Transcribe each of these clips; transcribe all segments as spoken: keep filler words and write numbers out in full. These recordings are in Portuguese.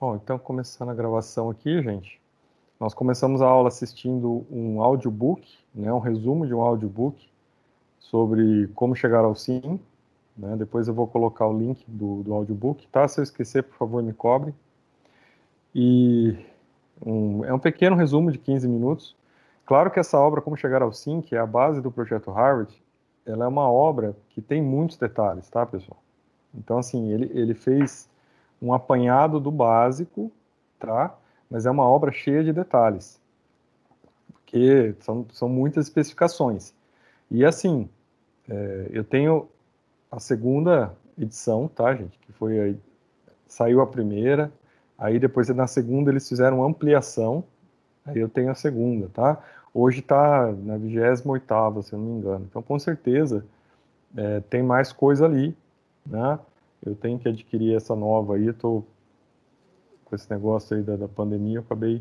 Bom, então começando a gravação aqui, gente. Nós começamos a aula assistindo um audiobook, né, um resumo de um audiobook sobre como chegar ao sim, né? Depois eu vou colocar o link do, do audiobook, tá? Se eu esquecer, por favor, me cobre. E um, é um pequeno resumo de quinze minutos. Claro que essa obra, Como Chegar ao Sim, que é a base do projeto Harvard, ela é uma obra que tem muitos detalhes, tá, pessoal? Então, assim, ele, ele fez um apanhado do básico, tá? Mas é uma obra cheia de detalhes, porque são, são muitas especificações. E, assim, é, eu tenho a segunda edição, tá, gente? Que foi aí, saiu a primeira, aí depois na segunda eles fizeram ampliação, aí eu tenho a segunda, tá? Hoje está na vigésima oitava, se eu não me engano. Então, com certeza, é, tem mais coisa ali, né? Eu tenho que adquirir essa nova aí, eu tô com esse negócio aí da, da pandemia, eu acabei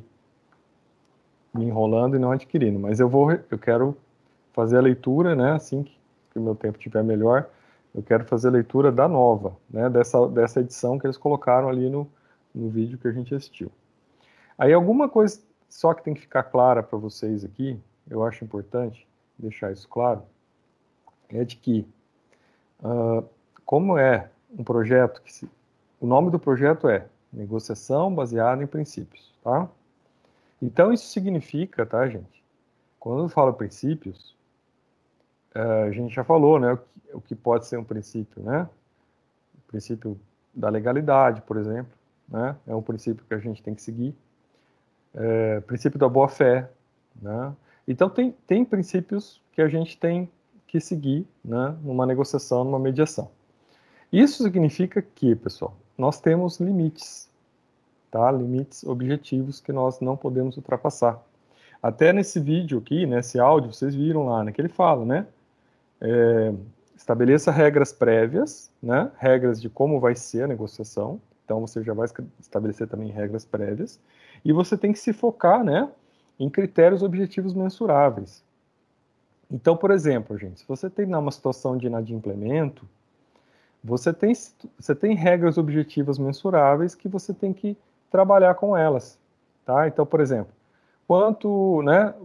me enrolando e não adquirindo, mas eu vou, eu quero fazer a leitura, né, assim que, que o meu tempo estiver melhor, eu quero fazer a leitura da nova, né, dessa, dessa edição que eles colocaram ali no, no vídeo que a gente assistiu. Aí alguma coisa só que tem que ficar clara para vocês aqui, eu acho importante deixar isso claro, é de que, uh, como é um projeto que se, o nome do projeto é Negociação Baseada em Princípios, tá? Então isso significa, tá, gente? Quando eu falo princípios, a gente já falou, né, o que, o que pode ser um princípio, né? O princípio da legalidade, por exemplo, né? É um princípio que a gente tem que seguir. É, princípio da boa-fé, né? Então tem, tem princípios que a gente tem que seguir, né, numa negociação, numa mediação. Isso significa que, pessoal, nós temos limites, tá? Limites objetivos que nós não podemos ultrapassar. Até nesse vídeo aqui, nesse áudio, vocês viram lá, né, que ele fala, né? É, estabeleça regras prévias, né? Regras de como vai ser a negociação. Então você já vai estabelecer também regras prévias. E você tem que se focar, né, em critérios objetivos mensuráveis. Então, por exemplo, gente, se você tem uma situação de inadimplemento, você tem, você tem regras objetivas mensuráveis que você tem que trabalhar com elas, tá? Então, por exemplo, quanto, né,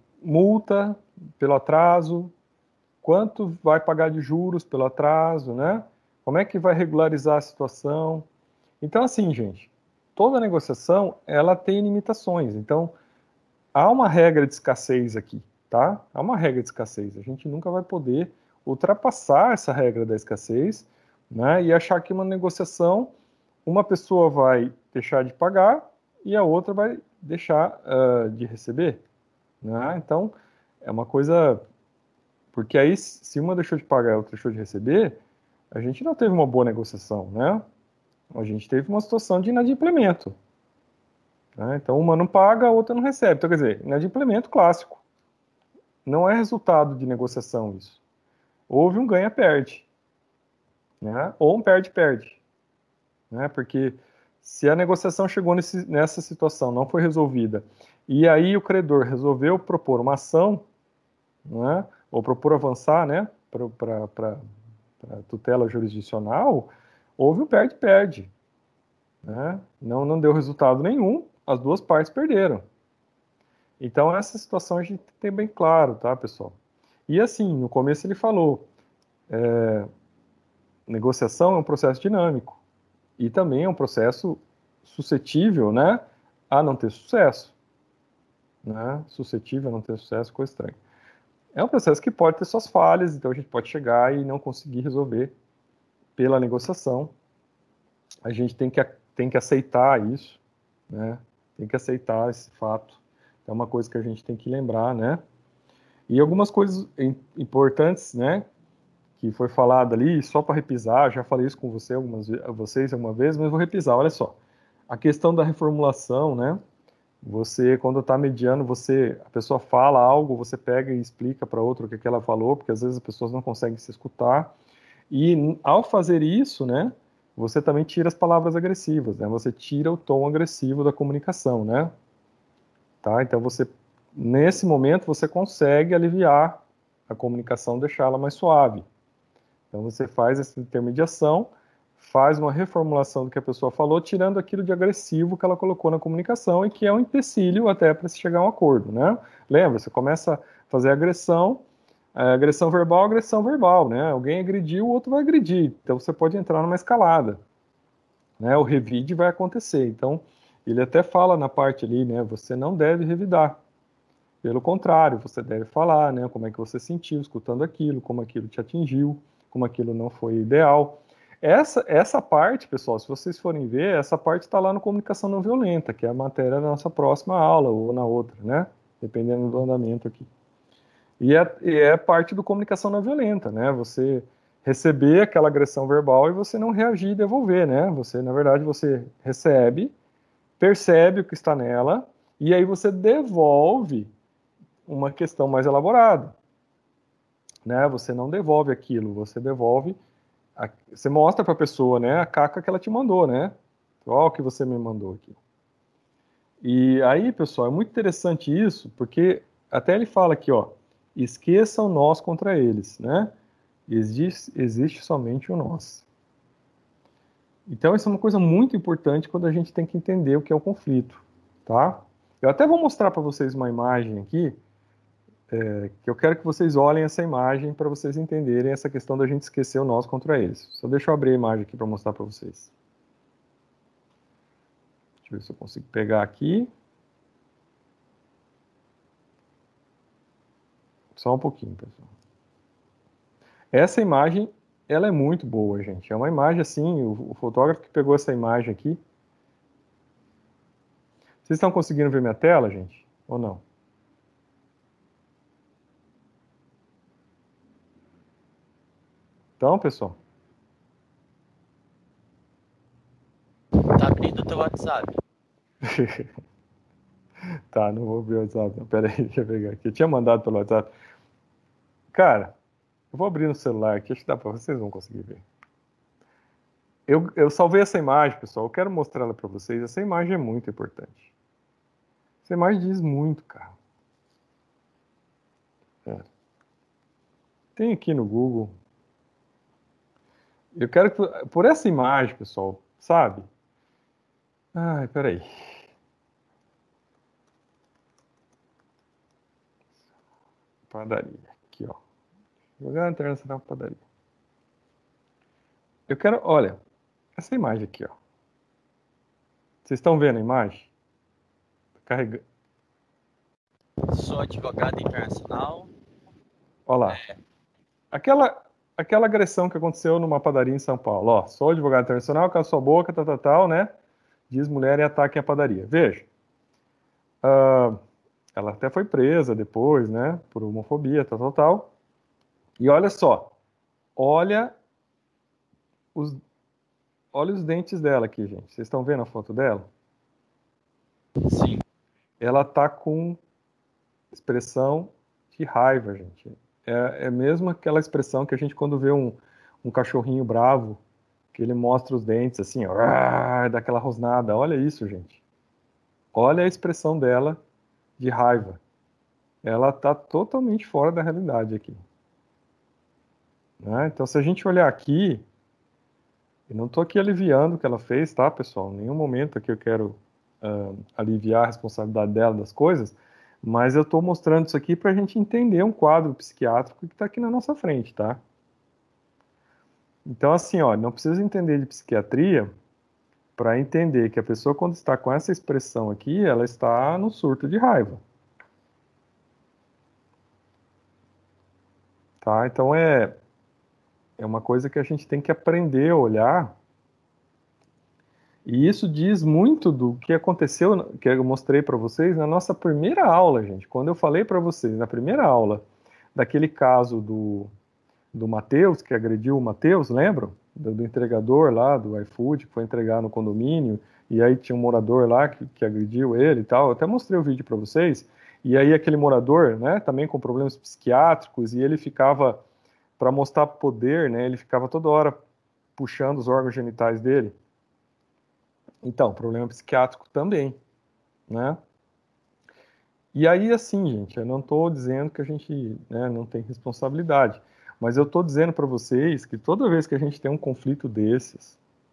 multa pelo atraso, quanto vai pagar de juros pelo atraso, né? Como é que vai regularizar a situação? Então, assim, gente, toda negociação, ela tem limitações. Então, há uma regra de escassez aqui, tá? Há uma regra de escassez. A gente nunca vai poder ultrapassar essa regra da escassez, né? E achar que uma negociação, uma pessoa vai deixar de pagar e a outra vai deixar uh, de receber, né? Então, é uma coisa... Porque aí, se uma deixou de pagar e a outra deixou de receber, a gente não teve uma boa negociação, né? A gente teve uma situação de inadimplemento. Né? Então, uma não paga, a outra não recebe. Então, quer dizer, inadimplemento clássico. Não é resultado de negociação isso. Houve um ganha-perde. Né? Ou um perde-perde. Né? Porque se a negociação chegou nesse, nessa situação, não foi resolvida, e aí o credor resolveu propor uma ação, né? Ou propor avançar, né, para tutela jurisdicional, houve um perde-perde. Né? Não, não deu resultado nenhum, as duas partes perderam. Então, essa situação a gente tem bem claro, tá, pessoal? E assim, no começo ele falou, é, negociação é um processo dinâmico e também é um processo suscetível, né, a não ter sucesso. Né? Suscetível a não ter sucesso, coisa estranha. É um processo que pode ter suas falhas, então a gente pode chegar e não conseguir resolver pela negociação. A gente tem que, tem que aceitar isso, né? Tem que aceitar esse fato. É uma coisa que a gente tem que lembrar, né? E algumas coisas importantes, né? Que foi falado ali, só para repisar, já falei isso com você algumas, vocês alguma vez, mas vou repisar, olha só. A questão da reformulação, né? Você, quando está mediando, você, a pessoa fala algo, você pega e explica para outro o que, que ela falou, porque às vezes as pessoas não conseguem se escutar. E ao fazer isso, né, você também tira as palavras agressivas, né? Você tira o tom agressivo da comunicação, né? Tá? Então você, nesse momento, você consegue aliviar a comunicação, deixá-la mais suave. Então você faz essa intermediação, faz uma reformulação do que a pessoa falou, tirando aquilo de agressivo que ela colocou na comunicação e que é um empecilho até para se chegar a um acordo, né? Lembra, você começa a fazer agressão, é, agressão verbal, agressão verbal, né? Alguém agrediu, o outro vai agredir, então você pode entrar numa escalada, né? O revide vai acontecer, então ele até fala na parte ali, né? Você não deve revidar, pelo contrário, você deve falar, né? Como é que você sentiu escutando aquilo, como aquilo te atingiu, como aquilo não foi ideal. Essa, essa parte, pessoal, se vocês forem ver, essa parte está lá no Comunicação Não Violenta, que é a matéria da nossa próxima aula, ou na outra, né? Dependendo do andamento aqui. E é, e é parte do Comunicação Não Violenta, né? Você receber aquela agressão verbal e você não reagir e devolver, né? Você, na verdade, você recebe, percebe o que está nela, e aí você devolve uma questão mais elaborada, né? Você não devolve aquilo, você devolve... A, você mostra para a pessoa, né, a caca que ela te mandou, né? Olha o que você me mandou aqui. E aí, pessoal, é muito interessante isso, porque até ele fala aqui, ó, esqueçam nós contra eles, né? Existe, existe somente o nós. Então, isso é uma coisa muito importante quando a gente tem que entender o que é o conflito, tá? Eu até vou mostrar para vocês uma imagem aqui, É, que eu quero que vocês olhem essa imagem para vocês entenderem essa questão da gente esquecer o nós contra eles. Só deixa eu abrir a imagem aqui para mostrar para vocês. Deixa eu ver se eu consigo pegar aqui. Só um pouquinho, pessoal. Essa imagem, ela é muito boa, gente. É uma imagem assim, o, o fotógrafo que pegou essa imagem aqui. Vocês estão conseguindo ver minha tela, gente? Ou não? Então, pessoal? Tá abrindo o teu WhatsApp. Tá, não vou abrir o WhatsApp. Não. Pera aí, deixa eu pegar aqui. Eu tinha mandado pelo WhatsApp. Cara, eu vou abrir no celular aqui, acho que dá para vocês vão conseguir ver. Eu, eu salvei essa imagem, pessoal. Eu quero mostrar ela para vocês. Essa imagem é muito importante. Essa imagem diz muito, cara. É. Tem aqui no Google. Eu quero que, por essa imagem, pessoal, sabe? Ai, peraí. Padaria. Aqui, ó. Jogar internacional padaria. Eu quero, olha, essa imagem aqui, ó. Vocês estão vendo a imagem? Carregando. Sou advogado internacional. Olha lá. É. Aquela, aquela agressão que aconteceu numa padaria em São Paulo. Ó, sou advogado internacional, cala sua boca, tal, tal, tal, né? Diz mulher e ataque a padaria. Veja. Uh, ela até foi presa depois, né? Por homofobia, tal, tal, tal. E olha só. Olha os, olha os dentes dela aqui, gente. Vocês estão vendo a foto dela? Sim. Ela tá com expressão de raiva, gente. É, é mesmo aquela expressão que a gente, quando vê um, um cachorrinho bravo, que ele mostra os dentes assim, ó, dá aquela rosnada. Olha isso, gente. Olha a expressão dela de raiva. Ela tá totalmente fora da realidade aqui. Né? Então, se a gente olhar aqui, eu não estou aqui aliviando o que ela fez, tá, pessoal? Em nenhum momento aqui eu quero uh, aliviar a responsabilidade dela das coisas, mas eu estou mostrando isso aqui para a gente entender um quadro psiquiátrico que está aqui na nossa frente, tá? Então, assim, ó, não precisa entender de psiquiatria para entender que a pessoa, quando está com essa expressão aqui, ela está no surto de raiva. Tá? Então, é, é uma coisa que a gente tem que aprender a olhar. E isso diz muito do que aconteceu, que eu mostrei para vocês na nossa primeira aula, gente. Quando eu falei para vocês, na primeira aula, daquele caso do, do Matheus, que agrediu o Matheus, lembram? Do, do entregador lá, do iFood, que foi entregar no condomínio, e aí tinha um morador lá que, que agrediu ele e tal. Eu até mostrei o vídeo para vocês. E aí aquele morador, né, também com problemas psiquiátricos, e ele ficava, para mostrar poder, né, ele ficava toda hora puxando os órgãos genitais dele. Então, problema psiquiátrico também, né? E aí, assim, gente, eu não estou dizendo que a gente, né, não tem responsabilidade, mas eu estou dizendo para vocês que toda vez que a gente tem um conflito desses,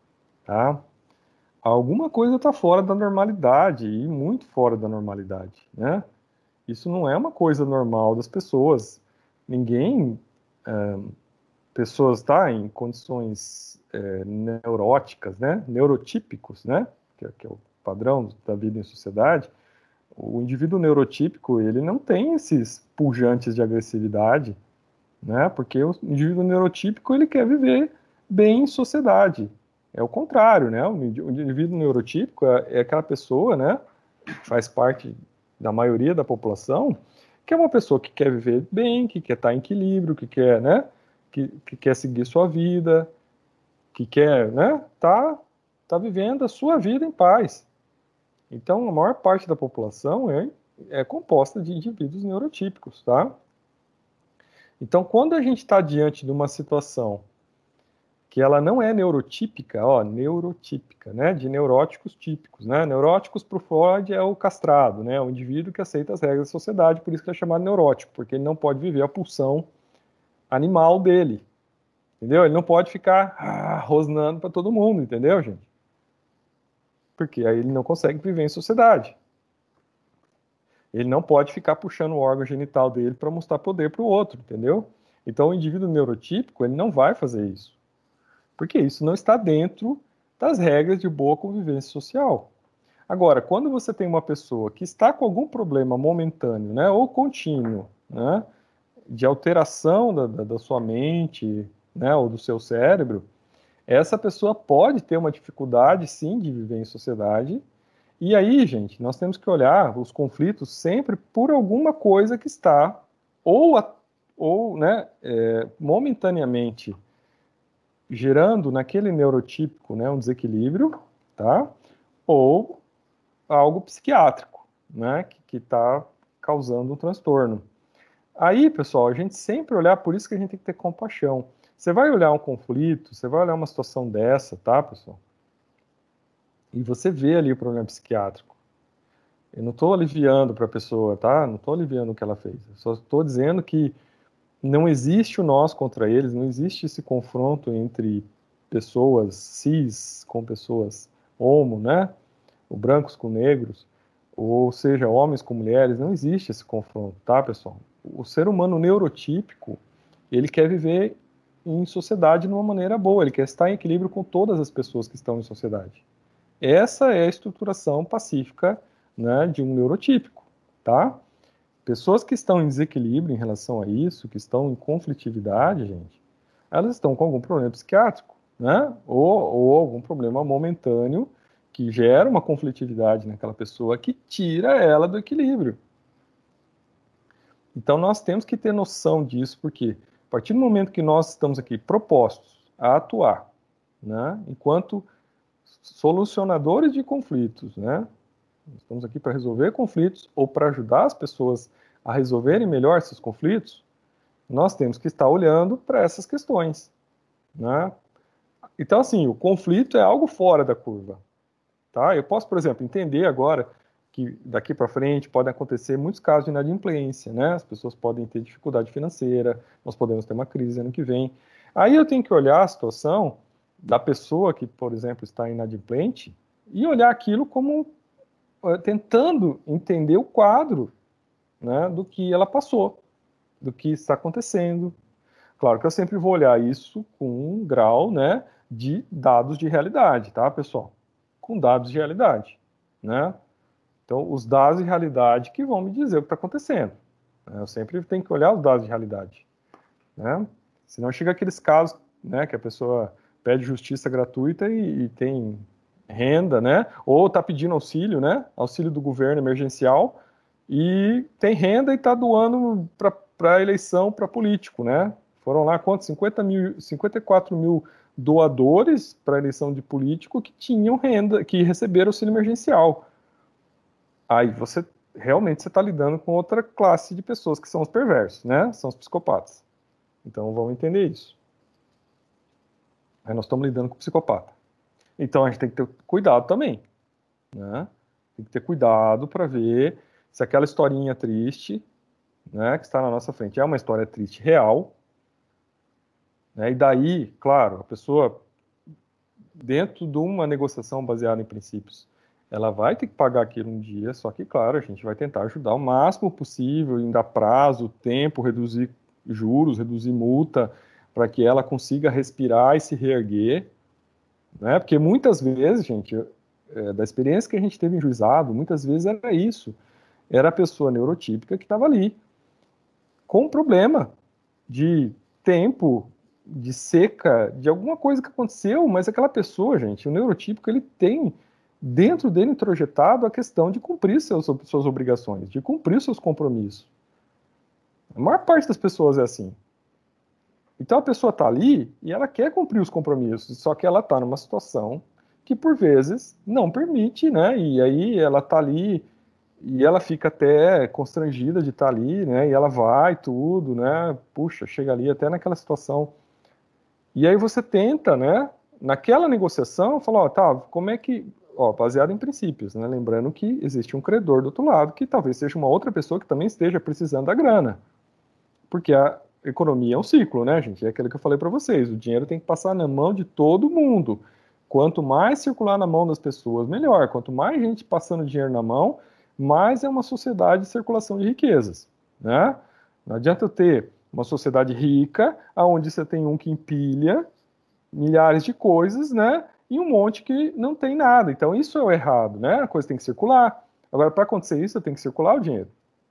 tá? Alguma coisa está fora da normalidade, e muito fora da normalidade, né? Isso não é uma coisa normal das pessoas. Ninguém, é, pessoas, tá, em condições é, neuróticas, né? Neurotípicos, né? Que, é, que é o padrão da vida em sociedade. O indivíduo neurotípico, ele não tem esses pujantes de agressividade, né? Porque o indivíduo neurotípico, ele quer viver bem em sociedade. É o contrário, né? O indivíduo neurotípico é, é aquela pessoa, né? Que faz parte da maioria da população, que é uma pessoa que quer viver bem, que quer estar em equilíbrio, que quer, né? Que, que quer seguir sua vida, que quer, né? Tá, tá vivendo a sua vida em paz. Então, a maior parte da população é, é composta de indivíduos neurotípicos, tá? Então, quando a gente está diante de uma situação que ela não é neurotípica, ó, neurotípica, né, de neuróticos típicos, né? Neuróticos para o Freud é o castrado, né? O indivíduo que aceita as regras da sociedade, por isso que é chamado neurótico, porque ele não pode viver a pulsão animal dele, entendeu? Ele não pode ficar ah, rosnando para todo mundo, entendeu, gente? Porque aí ele não consegue viver em sociedade. Ele não pode ficar puxando o órgão genital dele para mostrar poder para o outro, entendeu? Então, o indivíduo neurotípico, ele não vai fazer isso, porque isso não está dentro das regras de boa convivência social. Agora, quando você tem uma pessoa que está com algum problema momentâneo, né, ou contínuo, né, de alteração da, da, da sua mente, né, ou do seu cérebro, essa pessoa pode ter uma dificuldade, sim, de viver em sociedade. E aí, gente, nós temos que olhar os conflitos sempre por alguma coisa que está ou, ou né, é, momentaneamente gerando naquele neurotípico, né, um desequilíbrio, tá? Ou algo psiquiátrico, né, que está causando um transtorno. Aí, pessoal, a gente sempre olhar, por isso que a gente tem que ter compaixão. Você vai olhar um conflito, você vai olhar uma situação dessa, tá, pessoal? E você vê ali o problema psiquiátrico. Eu não estou aliviando para a pessoa, tá? Não estou aliviando o que ela fez. Eu só estou dizendo que não existe o nós contra eles, não existe esse confronto entre pessoas cis com pessoas homo, né? Ou brancos com negros, ou seja, homens com mulheres, não existe esse confronto, tá, pessoal? O ser humano neurotípico, ele quer viver em sociedade de uma maneira boa, ele quer estar em equilíbrio com todas as pessoas que estão em sociedade. Essa é a estruturação pacífica, né, de um neurotípico, tá? Pessoas que estão em desequilíbrio em relação a isso, que estão em conflitividade, gente, elas estão com algum problema psiquiátrico, né? Ou, ou algum problema momentâneo que gera uma conflitividade naquela pessoa que tira ela do equilíbrio. Então nós temos que ter noção disso, porque a partir do momento que nós estamos aqui propostos a atuar, né, enquanto solucionadores de conflitos, né, estamos aqui para resolver conflitos ou para ajudar as pessoas a resolverem melhor esses conflitos, nós temos que estar olhando para essas questões, né? Então, assim, o conflito é algo fora da curva, tá? Eu posso, por exemplo, entender agora que daqui para frente podem acontecer muitos casos de inadimplência, né? As pessoas podem ter dificuldade financeira, nós podemos ter uma crise ano que vem. Aí eu tenho que olhar a situação da pessoa que, por exemplo, está inadimplente e olhar aquilo como tentando entender o quadro, né, do que ela passou, do que está acontecendo. Claro que eu sempre vou olhar isso com um grau, né, de dados de realidade, tá, pessoal? Com dados de realidade, né? Então, os dados de realidade que vão me dizer o que está acontecendo. Né? Eu sempre tenho que olhar os dados de realidade, né? Senão chega aqueles casos, né, que a pessoa pede justiça gratuita e, e tem renda, né? Ou está pedindo auxílio, né? Auxílio do governo emergencial e tem renda e está doando para a eleição para político, né? Foram lá quantos? cinquenta mil, cinquenta e quatro mil doadores para a eleição de político que tinham renda, que receberam auxílio emergencial. Aí você realmente você está lidando com outra classe de pessoas que são os perversos, né? São os psicopatas. Então vamos entender isso. Aí nós estamos lidando com psicopata. Então a gente tem que ter cuidado também, né? Tem que ter cuidado para ver se aquela historinha triste, né, que está na nossa frente é uma história triste real, né? E daí, claro, a pessoa dentro de uma negociação baseada em princípios, ela vai ter que pagar aquilo um dia, só que, claro, a gente vai tentar ajudar o máximo possível, em dar prazo, tempo, reduzir juros, reduzir multa, para que ela consiga respirar e se reerguer, né? Porque muitas vezes, gente, é, da experiência que a gente teve em juizado, muitas vezes era isso, era a pessoa neurotípica que estava ali, com um problema de tempo, de seca, de alguma coisa que aconteceu, mas aquela pessoa, gente, o neurotípico, ele tem dentro dele introjetado a questão de cumprir seus, suas obrigações, de cumprir seus compromissos. A maior parte das pessoas é assim. Então a pessoa está ali e ela quer cumprir os compromissos, só que ela está numa situação que por vezes não permite, né? E aí ela está ali e ela fica até constrangida de estar tá ali, né? E ela vai tudo, né? Puxa, chega ali até naquela situação. E aí você tenta, né? Naquela negociação, falar, ó, tá, como é que, ó, baseado em princípios, né? Lembrando que existe um credor do outro lado, que talvez seja uma outra pessoa que também esteja precisando da grana, porque a economia é um ciclo, né, gente? É aquilo que eu falei para vocês. O dinheiro tem que passar na mão de todo mundo. Quanto mais circular na mão das pessoas, melhor. Quanto mais gente passando dinheiro na mão, mais é uma sociedade de circulação de riquezas, né? Não adianta eu ter uma sociedade rica, onde você tem um que empilha milhares de coisas, né? E um monte que não tem nada. Então, isso é o errado, né? A coisa tem que circular. Agora, para acontecer isso, tem que circular o dinheiro.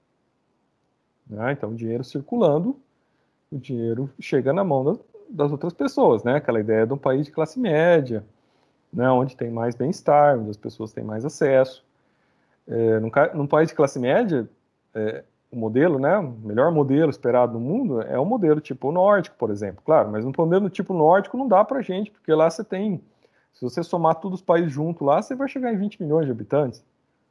Né? Então, o dinheiro circulando, o dinheiro chega na mão das, das outras pessoas, né? Aquela ideia de um país de classe média, né? Onde tem mais bem-estar, onde as pessoas têm mais acesso. É, num, num país de classe média, é, o modelo, né? O melhor modelo esperado no mundo é o modelo tipo nórdico, por exemplo. Claro, mas no modelo tipo nórdico não dá pra gente, porque lá você tem, se você somar todos os países juntos lá, você vai chegar em vinte milhões de habitantes.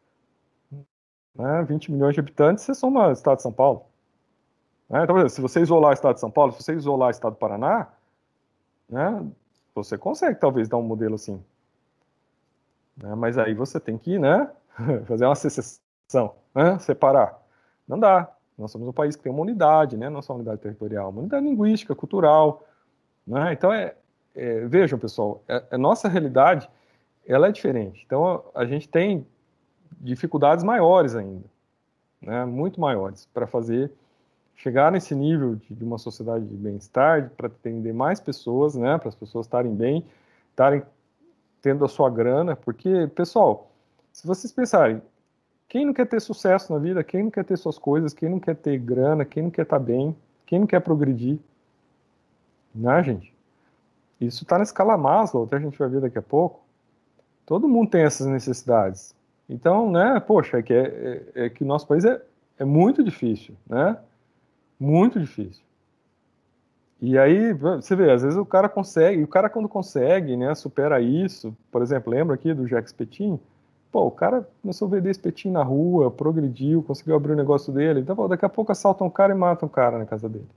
Né? vinte milhões de habitantes, você soma o estado de São Paulo. Né? Então, se você isolar o estado de São Paulo, se você isolar o estado do Paraná, né, você consegue talvez dar um modelo assim. Né? Mas aí você tem que, né, fazer uma secessão, né, separar. Não dá. Nós somos um país que tem uma unidade, né, não só uma unidade territorial, uma unidade linguística, cultural. Né? Então, é, é, vejam, pessoal, a, a nossa realidade ela é diferente. Então, a, a gente tem dificuldades maiores ainda, né, muito maiores, para fazer chegar nesse nível de, de uma sociedade de bem-estar, para atender mais pessoas, né, para as pessoas estarem bem, estarem tendo a sua grana, porque, pessoal, se vocês pensarem, quem não quer ter sucesso na vida, quem não quer ter suas coisas, quem não quer ter grana, quem não quer estar bem, quem não quer progredir, né, gente? Isso está na escala Maslow, até a gente vai ver daqui a pouco. Todo mundo tem essas necessidades. Então, né, poxa, é que, é, é, é que o nosso país é, é muito difícil, né? Muito difícil. E aí, você vê, às vezes o cara consegue, e o cara quando consegue, né, supera isso, por exemplo, lembra aqui do Jack Espetinho? Pô, o cara começou a vender espetinho na rua, progrediu, conseguiu abrir o negócio dele, então pô, daqui a pouco assaltam um cara e matam um cara na casa dele.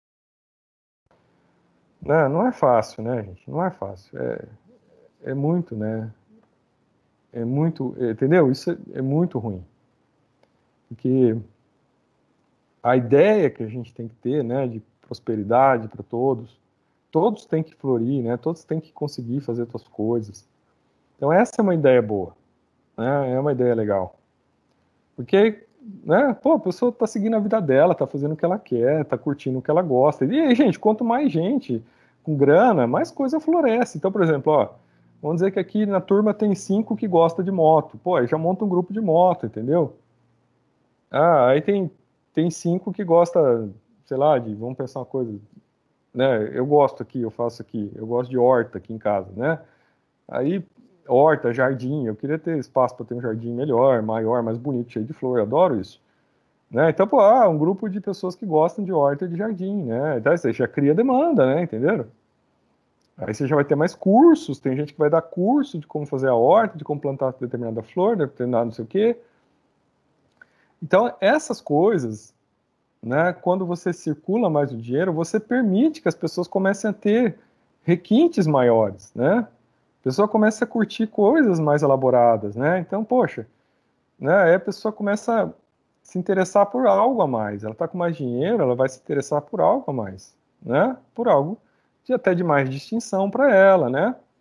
Não, não é fácil, né, gente? Não é fácil. É, é muito, né? É muito, entendeu? Isso é, é muito ruim. Porque a ideia que a gente tem que ter, né, de prosperidade para todos, todos têm que florir, né? Todos têm que conseguir fazer suas coisas. Então essa é uma ideia boa, né? É uma ideia legal. Porque, né, pô, a pessoa está seguindo a vida dela, está fazendo o que ela quer, está curtindo o que ela gosta. E aí, gente, quanto mais gente com grana, mais coisa floresce. Então, por exemplo, ó, vamos dizer que aqui na turma tem cinco que gostam de moto. Pô, aí já monta um grupo de moto, entendeu? Ah, aí tem, tem cinco que gosta, sei lá, de, vamos pensar uma coisa, né? Eu gosto aqui, eu faço aqui, eu gosto de horta aqui em casa, né? Aí, horta, jardim, eu queria ter espaço para ter um jardim melhor, maior, mais bonito, cheio de flor, eu adoro isso. Né? Então, pô, ah, um grupo de pessoas que gostam de horta e de jardim, né? Então, você já cria demanda, né? Entenderam? Aí você já vai ter mais cursos, tem gente que vai dar curso de como fazer a horta, de como plantar determinada flor, determinado não sei o quê. Então, essas coisas, né, quando você circula mais o dinheiro, você permite que as pessoas comecem a ter requintes maiores, né? A pessoa começa a curtir coisas mais elaboradas, né? Então, poxa, né, aí a pessoa começa a se interessar por algo a mais. Ela está com mais dinheiro, ela vai se interessar por algo a mais, né? Por algo de até de mais distinção para ela, né?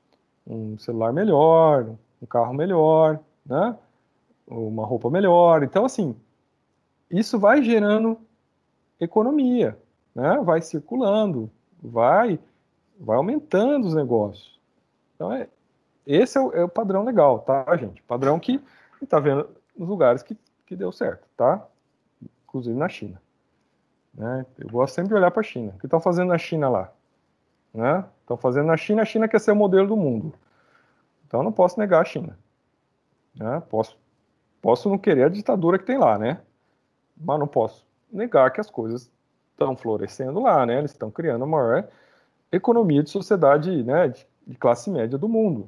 um celular melhor, um carro melhor, né? Uma roupa melhor. Então, assim, isso vai gerando economia, né? Vai circulando, vai, vai aumentando os negócios. Então, é, esse é o, é o padrão legal, tá, gente? Padrão que está vendo nos lugares que, que deu certo, tá? Inclusive na China. Né? Eu gosto sempre de olhar para a China. O que estão fazendo na China lá? Né? Estão fazendo na China, a China quer ser o modelo do mundo. Então eu não posso negar a China. Né? Posso, posso não querer a ditadura que tem lá, né? Mas não posso negar que as coisas estão florescendo lá, né? Eles estão criando a maior economia de sociedade, né, de, de classe média do mundo.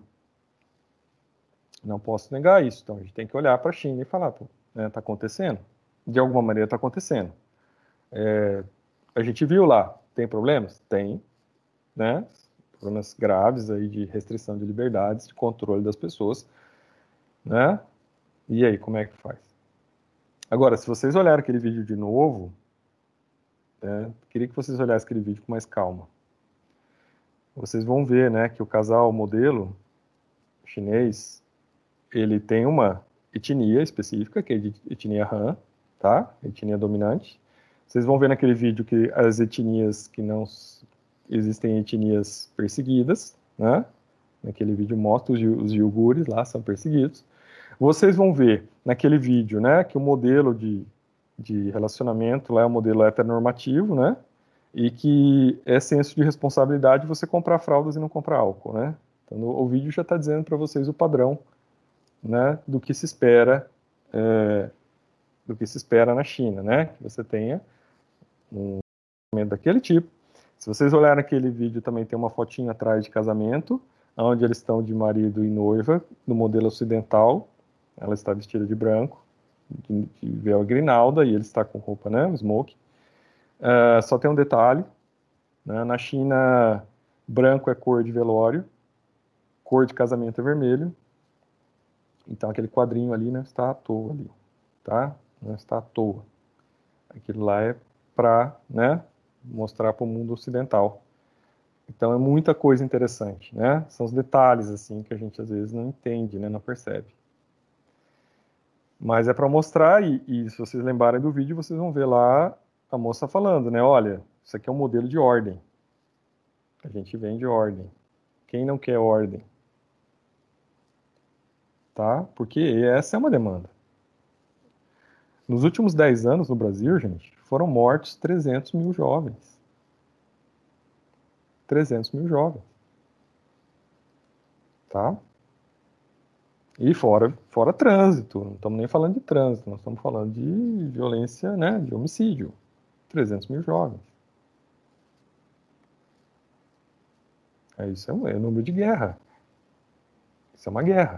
Não posso negar isso. Então a gente tem que olhar para a China e falar, pô, né, tá acontecendo? De alguma maneira está acontecendo. É, a gente viu lá, tem problemas? Tem, né? Problemas graves aí de restrição de liberdades, de controle das pessoas, né? E aí, como é que faz? Agora, se vocês olharem aquele vídeo de novo, né, queria que vocês olhassem aquele vídeo com mais calma. Vocês vão ver, né, que o casal modelo chinês, ele tem uma etnia específica, que é de etnia Han, tá? Etnia dominante. Vocês vão ver naquele vídeo que as etnias que não existem etnias perseguidas, né? Naquele vídeo mostra os, os iugures lá são perseguidos. Vocês vão ver naquele vídeo, né, que o modelo de, de relacionamento lá é um modelo heteronormativo, né? E que é senso de responsabilidade você comprar fraldas e não comprar álcool, né? Então o vídeo já está dizendo para vocês o padrão, né, do que se espera, é, do que se espera na China, né? Que você tenha um casamento daquele tipo. Se vocês olharem aquele vídeo, também tem uma fotinha atrás de casamento, onde eles estão de marido e noiva, no modelo ocidental. Ela está vestida de branco, de, de véu grinalda, e ele está com roupa, né, um smoke. Uh, só tem um detalhe, né, na China, branco é cor de velório, cor de casamento é vermelho, então aquele quadrinho ali não está à toa ali, tá? Não está à toa. Aquilo lá é para, né, mostrar para o mundo ocidental. Então é muita coisa interessante, né? São os detalhes assim que a gente às vezes não entende, né, não percebe. Mas é para mostrar e, e se vocês lembrarem do vídeo, vocês vão ver lá a moça falando, né? Olha, isso aqui é um modelo de ordem. A gente vende ordem. Quem não quer ordem? Tá? Porque essa é uma demanda. Nos últimos dez anos no Brasil, gente, foram mortos trezentos mil jovens. trezentos mil jovens. Tá? E fora, fora trânsito, não estamos nem falando de trânsito, nós estamos falando de violência, né, de homicídio. trezentos mil jovens. É, isso é um, é um número de guerra. Isso é uma guerra.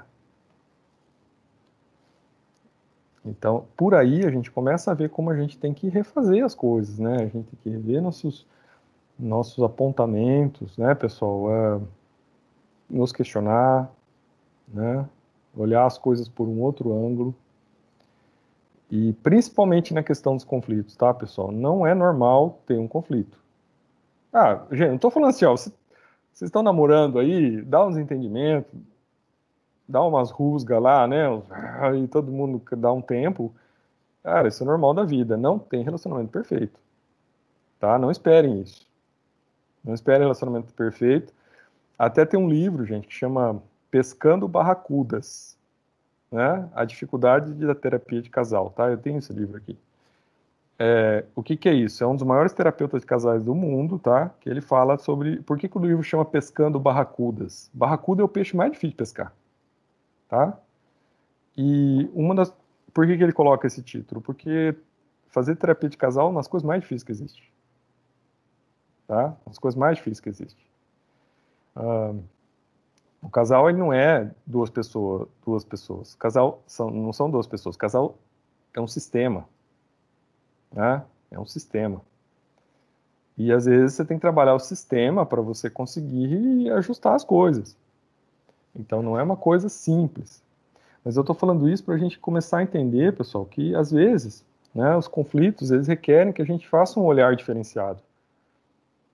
Então, por aí a gente começa a ver como a gente tem que refazer as coisas, né? A gente tem que rever nossos, nossos apontamentos, né, pessoal? É, nos questionar, né? Olhar as coisas por um outro ângulo. E principalmente na questão dos conflitos, tá, pessoal? Não é normal ter um conflito. Ah, gente, não tô falando assim, ó, vocês estão namorando aí, dá uns entendimentos, dá umas rusgas lá, né? E todo mundo dá um tempo. Cara, isso é normal da vida. Não tem relacionamento perfeito. Tá? Não esperem isso. Não esperem relacionamento perfeito. Até tem um livro, gente, que chama Pescando Barracudas. Né? A dificuldade da terapia de casal. Tá? Eu tenho esse livro aqui. É, o que, que é isso? É um dos maiores terapeutas de casais do mundo, tá? Que ele fala sobre por que, que o livro chama Pescando Barracudas. Barracuda é o peixe mais difícil de pescar. Tá? E uma das... Por que, que ele coloca esse título? Porque fazer terapia de casal é uma das coisas mais difíceis que existe. Tá? Uma das coisas mais difíceis que existe. Ah, o casal ele não é duas pessoas. Duas pessoas. O casal são, não são duas pessoas. O casal é um sistema. Né? É um sistema. E às vezes você tem que trabalhar o sistema para você conseguir ajustar as coisas. Então não é uma coisa simples. Mas eu estou falando isso para a gente começar a entender, pessoal, que às vezes, né, os conflitos eles requerem que a gente faça um olhar diferenciado.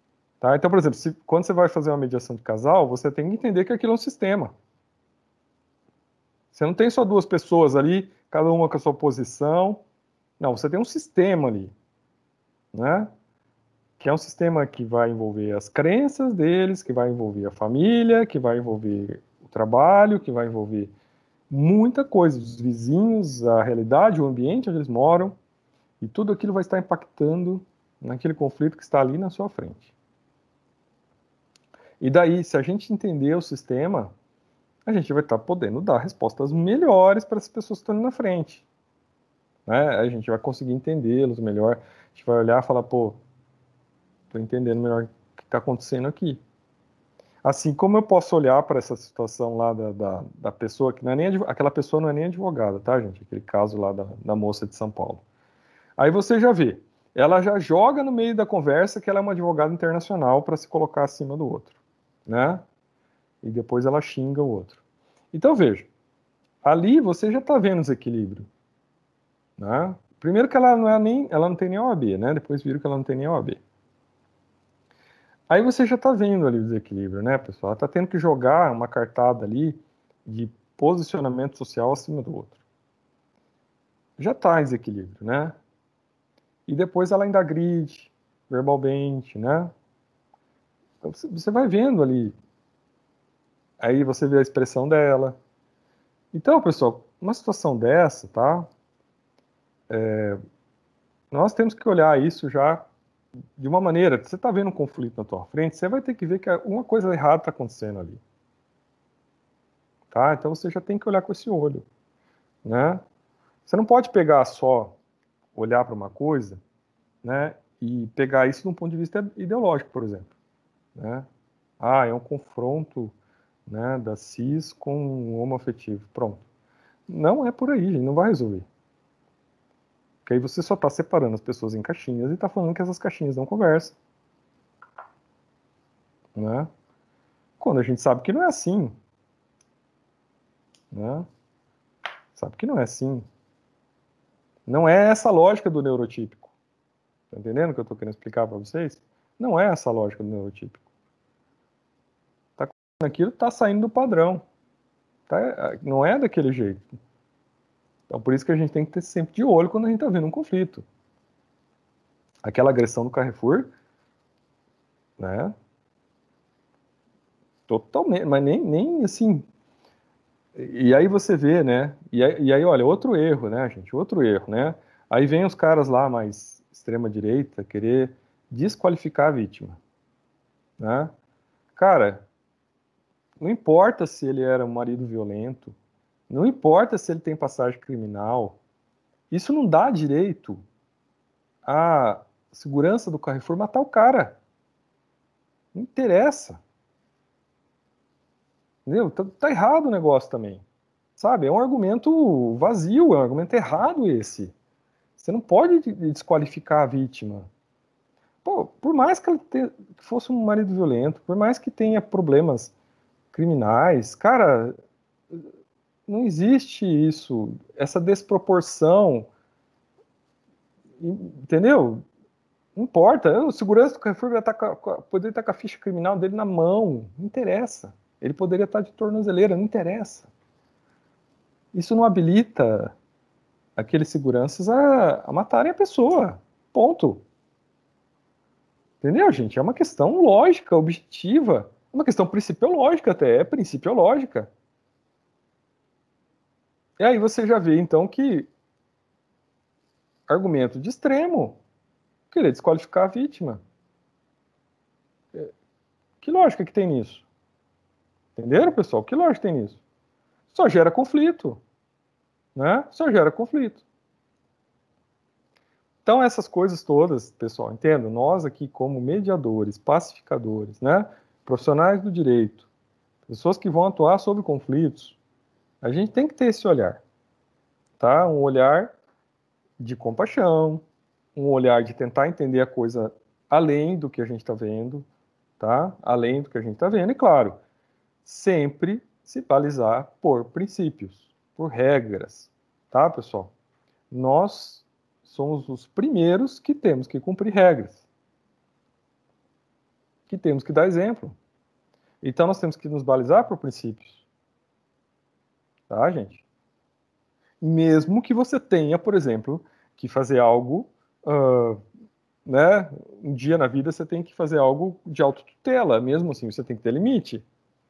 Tá? Então, por exemplo, se, quando você vai fazer uma mediação de casal, você tem que entender que aquilo é um sistema. Você não tem só duas pessoas ali, cada uma com a sua posição. Não, você tem um sistema ali, né? Que é um sistema que vai envolver as crenças deles, que vai envolver a família, que vai envolver o trabalho, que vai envolver muita coisa, os vizinhos, a realidade, o ambiente onde eles moram, e tudo aquilo vai estar impactando naquele conflito que está ali na sua frente. E daí, se a gente entender o sistema, a gente vai estar podendo dar respostas melhores para as pessoas que estão ali na frente. Né? A gente vai conseguir entendê-los melhor, a gente vai olhar e falar, pô, estou entendendo melhor o que está acontecendo aqui. Assim como eu posso olhar para essa situação lá da, da, da pessoa, que não é nem aquela pessoa não é nem advogada, tá, gente? Aquele caso lá da, da moça de São Paulo. Aí você já vê, ela já joga no meio da conversa que ela é uma advogada internacional para se colocar acima do outro, né? E depois ela xinga o outro. Então veja, ali você já está vendo o desequilíbrio, né? Primeiro que ela não é nem, ela não tem nem O A B, né? Depois viram que ela não tem nem O A B. Aí você já está vendo ali o desequilíbrio, né, pessoal? Ela está tendo que jogar uma cartada ali de posicionamento social acima do outro. Já está em desequilíbrio, né? E depois ela ainda agride verbalmente, né? Então você vai vendo ali. Aí você vê a expressão dela. Então, pessoal, uma situação dessa, tá? É, nós temos que olhar isso já de uma maneira. Você está vendo um conflito na tua frente, você vai ter que ver que uma coisa errada está acontecendo ali. Tá? Então você já tem que olhar com esse olho, né? Você não pode pegar só, olhar para uma coisa, né, e pegar isso de um ponto de vista ideológico, por exemplo, né? Ah, é um confronto, né, da cis com um homoafetivo. Pronto. Não é por aí, gente, não vai resolver. Porque aí você só está separando as pessoas em caixinhas e está falando que essas caixinhas não conversam, né? Quando a gente sabe que não é assim, né? Sabe que não é assim. Não é essa a lógica do neurotípico. Tá entendendo o que eu estou querendo explicar para vocês? Não é essa a lógica do neurotípico. Tá aquilo está saindo do padrão. Tá? Não é daquele jeito. Então por isso que a gente tem que ter sempre de olho quando a gente está vendo um conflito. Aquela agressão do Carrefour, né? Totalmente, mas nem, nem assim. E aí você vê, né? E aí, e aí, olha, outro erro, né, gente? Outro erro, né? Aí vem os caras lá mais extrema-direita querer desqualificar a vítima, né? Cara, não importa se ele era um marido violento, não importa se ele tem passagem criminal, isso não dá direito à segurança do Carrefour matar o cara. Não interessa. Entendeu? Tá, tá errado o negócio também. Sabe? É um argumento vazio, é um argumento errado esse. Você não pode desqualificar a vítima. Pô, por mais que ela te, que fosse um marido violento, por mais que tenha problemas criminais, cara, não existe isso, essa desproporção, entendeu? Não importa, o segurança do Carrefour vai estar com a, poderia estar com a ficha criminal dele na mão, não interessa. Ele poderia estar de tornozeleira, não interessa. Isso não habilita aqueles seguranças a, a matarem a pessoa. Ponto. Entendeu, gente? É uma questão lógica, objetiva. É uma questão principiológica até, é principiológica. E aí você já vê, então, que argumento de extremo, querer desqualificar a vítima. Que lógica que tem nisso? Entenderam, pessoal? Que lógica tem nisso? Só gera conflito. Né? Só gera conflito. Então, essas coisas todas, pessoal, entendo, nós aqui como mediadores, pacificadores, né, profissionais do direito, pessoas que vão atuar sobre conflitos, a gente tem que ter esse olhar, tá? Um olhar de compaixão, um olhar de tentar entender a coisa além do que a gente está vendo, tá? Além do que a gente está vendo, e claro, sempre se balizar por princípios, por regras, tá, pessoal? Nós somos os primeiros que temos que cumprir regras. que temos que dar exemplo. Então, nós temos que nos balizar por princípios. Tá, gente? Mesmo que você tenha, por exemplo, que fazer algo, uh, né? Um dia na vida você tem que fazer algo de autotutela. Mesmo assim, você tem que ter limite.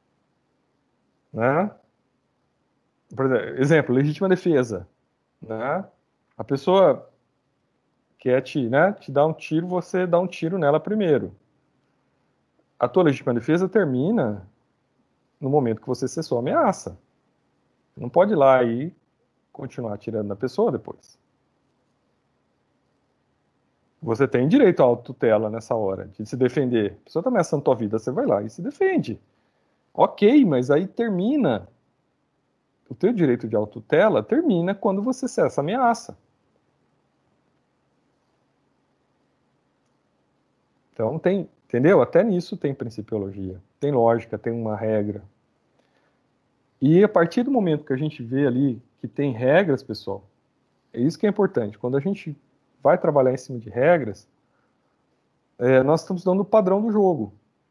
Né? Por exemplo, exemplo, legítima defesa. Né? A pessoa quer te, né, te dar um tiro, você dá um tiro nela primeiro. A tua legítima defesa termina no momento que você cessou a ameaça. Não pode ir lá e continuar atirando na pessoa depois. Você tem direito à autotutela nessa hora, de se defender. A pessoa está ameaçando tua vida, você vai lá e se defende. Ok, mas aí termina. O teu direito de autotutela termina quando você cessa a ameaça. Então tem, entendeu? Até nisso tem principiologia, tem lógica, tem uma regra. E a partir do momento que a gente vê ali que tem regras, pessoal, é isso que é importante. Quando a gente vai trabalhar em cima de regras, é, nós estamos dando o padrão do jogo.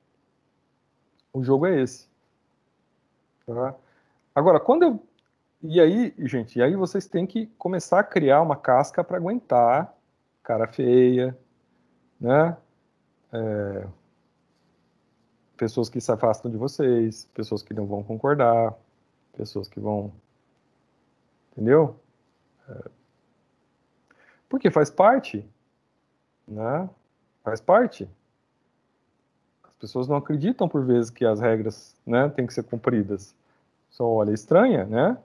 O jogo é esse. Tá? Agora, quando eu... E aí, gente, e aí vocês têm que começar a criar uma casca para aguentar cara feia, né? É... Pessoas que se afastam de vocês, pessoas que não vão concordar, pessoas que vão... Entendeu? É... Porque faz parte, né? Faz parte. As pessoas não acreditam, por vezes, que as regras, né, têm que ser cumpridas. Só olha, estranha, né?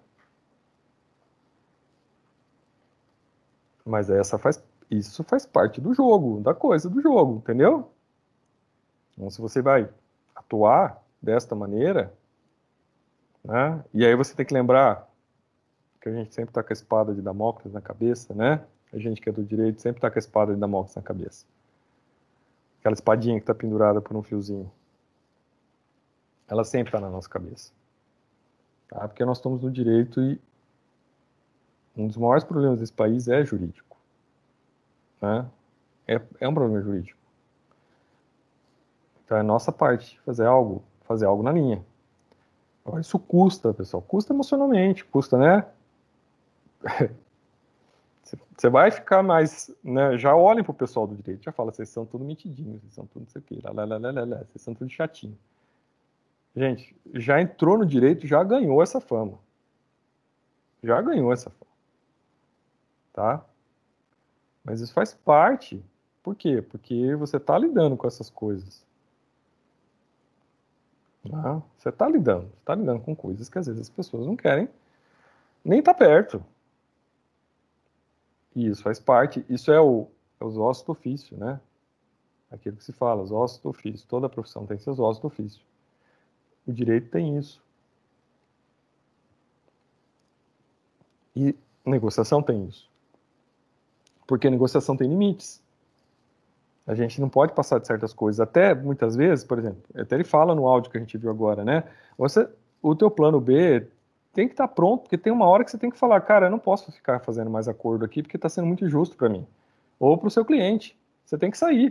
Mas essa faz, isso faz parte do jogo, da coisa do jogo, entendeu? Então, se você vai atuar desta maneira, né? E aí você tem que lembrar que a gente sempre está com a espada de Damocles na cabeça, né? A gente que é do direito sempre está com a espada de Damocles na cabeça. Aquela espadinha que está pendurada por um fiozinho. Ela sempre está na nossa cabeça. Tá? Porque nós estamos no direito e um dos maiores problemas desse país é jurídico. Né? É, é um problema jurídico. Então é nossa parte fazer algo, fazer algo na linha. Isso custa, pessoal. Custa emocionalmente, custa, né? Você vai ficar mais, né? Já olhem pro pessoal do direito, já fala, vocês são tudo metidinhos, vocês são tudo não sei o quê, lá, lá, lá, lá, lá, lá, vocês são tudo chatinho. Gente, já entrou no direito, já ganhou essa fama. Já ganhou essa fama. Tá? Mas isso faz parte. Por quê? Porque você está lidando com essas coisas. Tá? Você está lidando. Você está lidando com coisas que às vezes as pessoas não querem nem estar tá perto. E isso faz parte. Isso é, o, é os ossos do ofício, né? Aquilo que se fala, os ossos do ofício. Toda profissão tem seus ossos do ofício. O direito tem isso. E negociação tem isso. Porque a negociação tem limites. A gente não pode passar de certas coisas. Até, muitas vezes, por exemplo, até ele fala no áudio que a gente viu agora, né? Você, o teu plano B tem que estar pronto, porque tem uma hora que você tem que falar, cara, eu não posso ficar fazendo mais acordo aqui, porque está sendo muito injusto para mim. Ou para o seu cliente. Você tem que sair.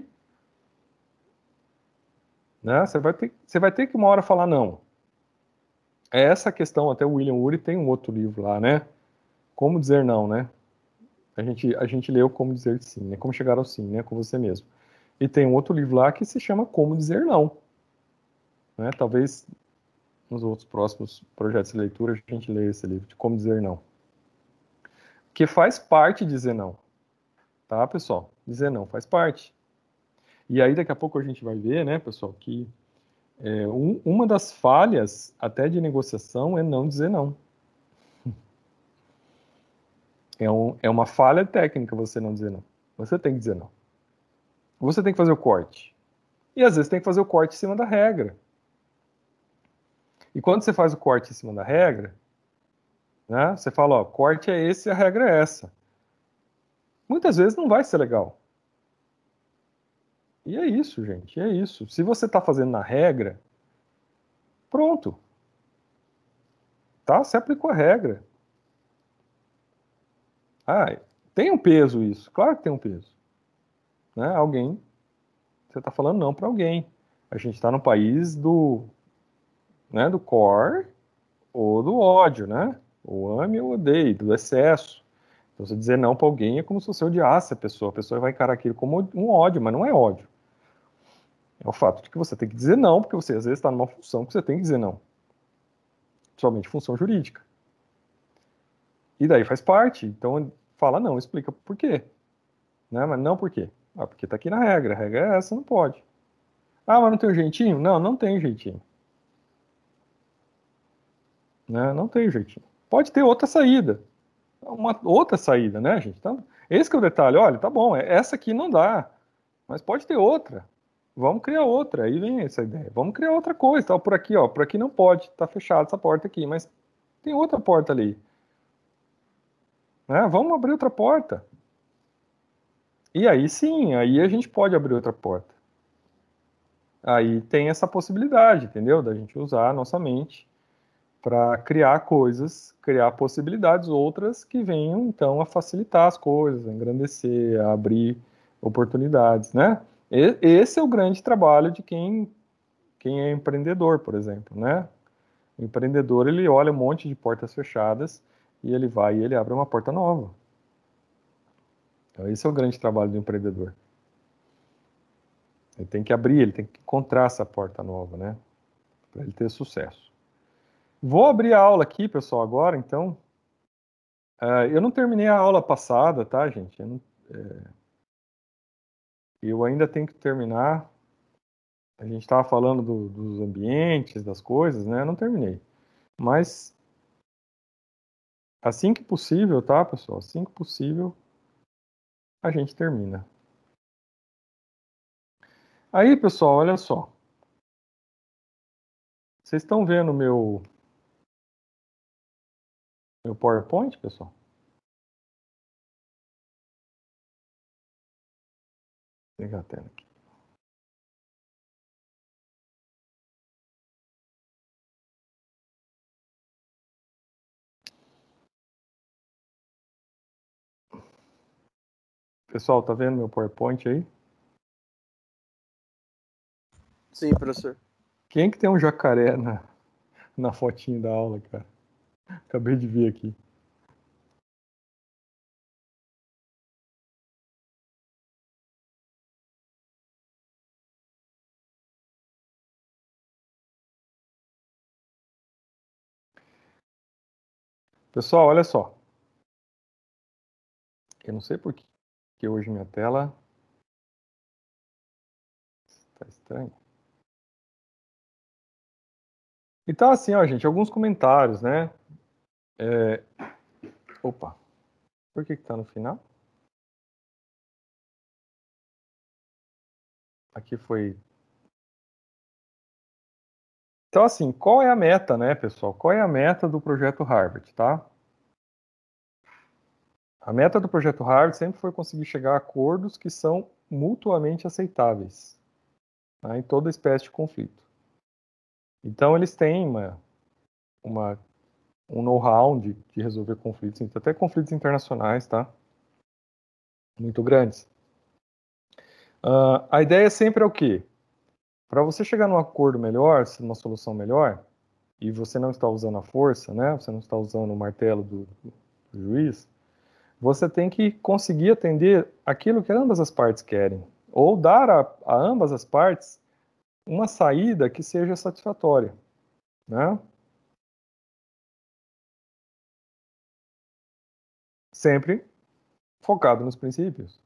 Né? Você vai ter, você vai ter que uma hora falar não. É essa questão, até o William Ury tem um outro livro lá, né? Como dizer não, né? A gente, a gente leu Como Dizer Sim, né? Como Chegar ao Sim, né? Com você mesmo. E tem um outro livro lá que se chama Como Dizer Não. Né? Talvez nos outros próximos projetos de leitura a gente leia esse livro de Como Dizer Não. Que faz parte dizer não. Tá, pessoal? Dizer não faz parte. E aí daqui a pouco a gente vai ver, né, pessoal, que é, um, uma das falhas até de negociação é não dizer não. É, um, é uma falha técnica você não dizer não. Você tem que dizer não. Você tem que fazer o corte. E às vezes tem que fazer o corte em cima da regra. E quando você faz o corte em cima da regra, né, você fala, ó, corte é esse e a regra é essa. Muitas vezes não vai ser legal. E é isso, gente, é isso. Se você está fazendo na regra, pronto. Tá? Você aplicou a regra. Ah, tem um peso isso. Claro que tem um peso. Né? Alguém, você está falando não para alguém. A gente está no país do, né, do core ou do ódio, né? O ame ou odeie, do excesso. Então, você dizer não para alguém é como se você odiasse a pessoa. A pessoa vai encarar aquilo como um ódio, mas não é ódio. É o fato de que você tem que dizer não, porque você às vezes está numa função que você tem que dizer não. Somente função jurídica. E daí faz parte. Então, fala não, explica por quê. Né? Mas não por quê. Ah, porque está aqui na regra. A regra é essa, não pode. Ah, mas não tem um jeitinho? Não, não tem jeitinho. Né? Não tem jeitinho. Pode ter outra saída. Uma outra saída, né, gente? Então, esse que é o detalhe. Olha, tá bom, essa aqui não dá. Mas pode ter outra. Vamos criar outra. Aí vem essa ideia. Vamos criar outra coisa. Tá? Por aqui, ó. Por aqui não pode. Tá fechada essa porta aqui. Mas tem outra porta ali. Né? Vamos abrir outra porta. E aí sim, aí a gente pode abrir outra porta. Aí tem essa possibilidade, entendeu? Da gente usar a nossa mente para criar coisas, criar possibilidades outras que venham, então, a facilitar as coisas, a engrandecer, a abrir oportunidades, né? E, esse é o grande trabalho de quem, quem é empreendedor, por exemplo, né? O empreendedor, ele olha um monte de portas fechadas e ele vai e ele abre uma porta nova. Então, esse é o grande trabalho do empreendedor. Ele tem que abrir, ele tem que encontrar essa porta nova, né? Para ele ter sucesso. Vou abrir a aula aqui, pessoal, agora, então. Uh, eu não terminei a aula passada, tá, gente? Eu, não, é... eu ainda tenho que terminar. A gente estava falando do, dos ambientes, das coisas, né? Eu não terminei. Mas, assim que possível, tá, pessoal? Assim que possível, a gente termina. Aí, pessoal, olha só. Vocês estão vendo o meu, meu PowerPoint, pessoal? Vou pegar a tela aqui. Pessoal, tá vendo meu PowerPoint aí? Sim, professor. Quem que tem um jacaré na, na fotinho da aula, cara? Acabei de ver aqui. Pessoal, olha só. Eu não sei por que hoje minha tela está estranha. Então, assim, ó, gente, alguns comentários, né? É... Opa, por que que tá no final? Aqui foi... Então, assim, qual é a meta, né, pessoal? Qual é a meta do projeto Harvard, tá? A meta do projeto Harvard sempre foi conseguir chegar a acordos que são mutuamente aceitáveis, tá? Em toda espécie de conflito. Então, eles têm uma, uma, um know-how de, de resolver conflitos, até conflitos internacionais, tá? Muito grandes. Uh, a ideia sempre é o quê? Para você chegar num acordo melhor, numa solução melhor, e você não está usando a força, né? Você não está usando o martelo do, do juiz, você tem que conseguir atender aquilo que ambas as partes querem, ou dar a, a ambas as partes uma saída que seja satisfatória, né? Sempre focado nos princípios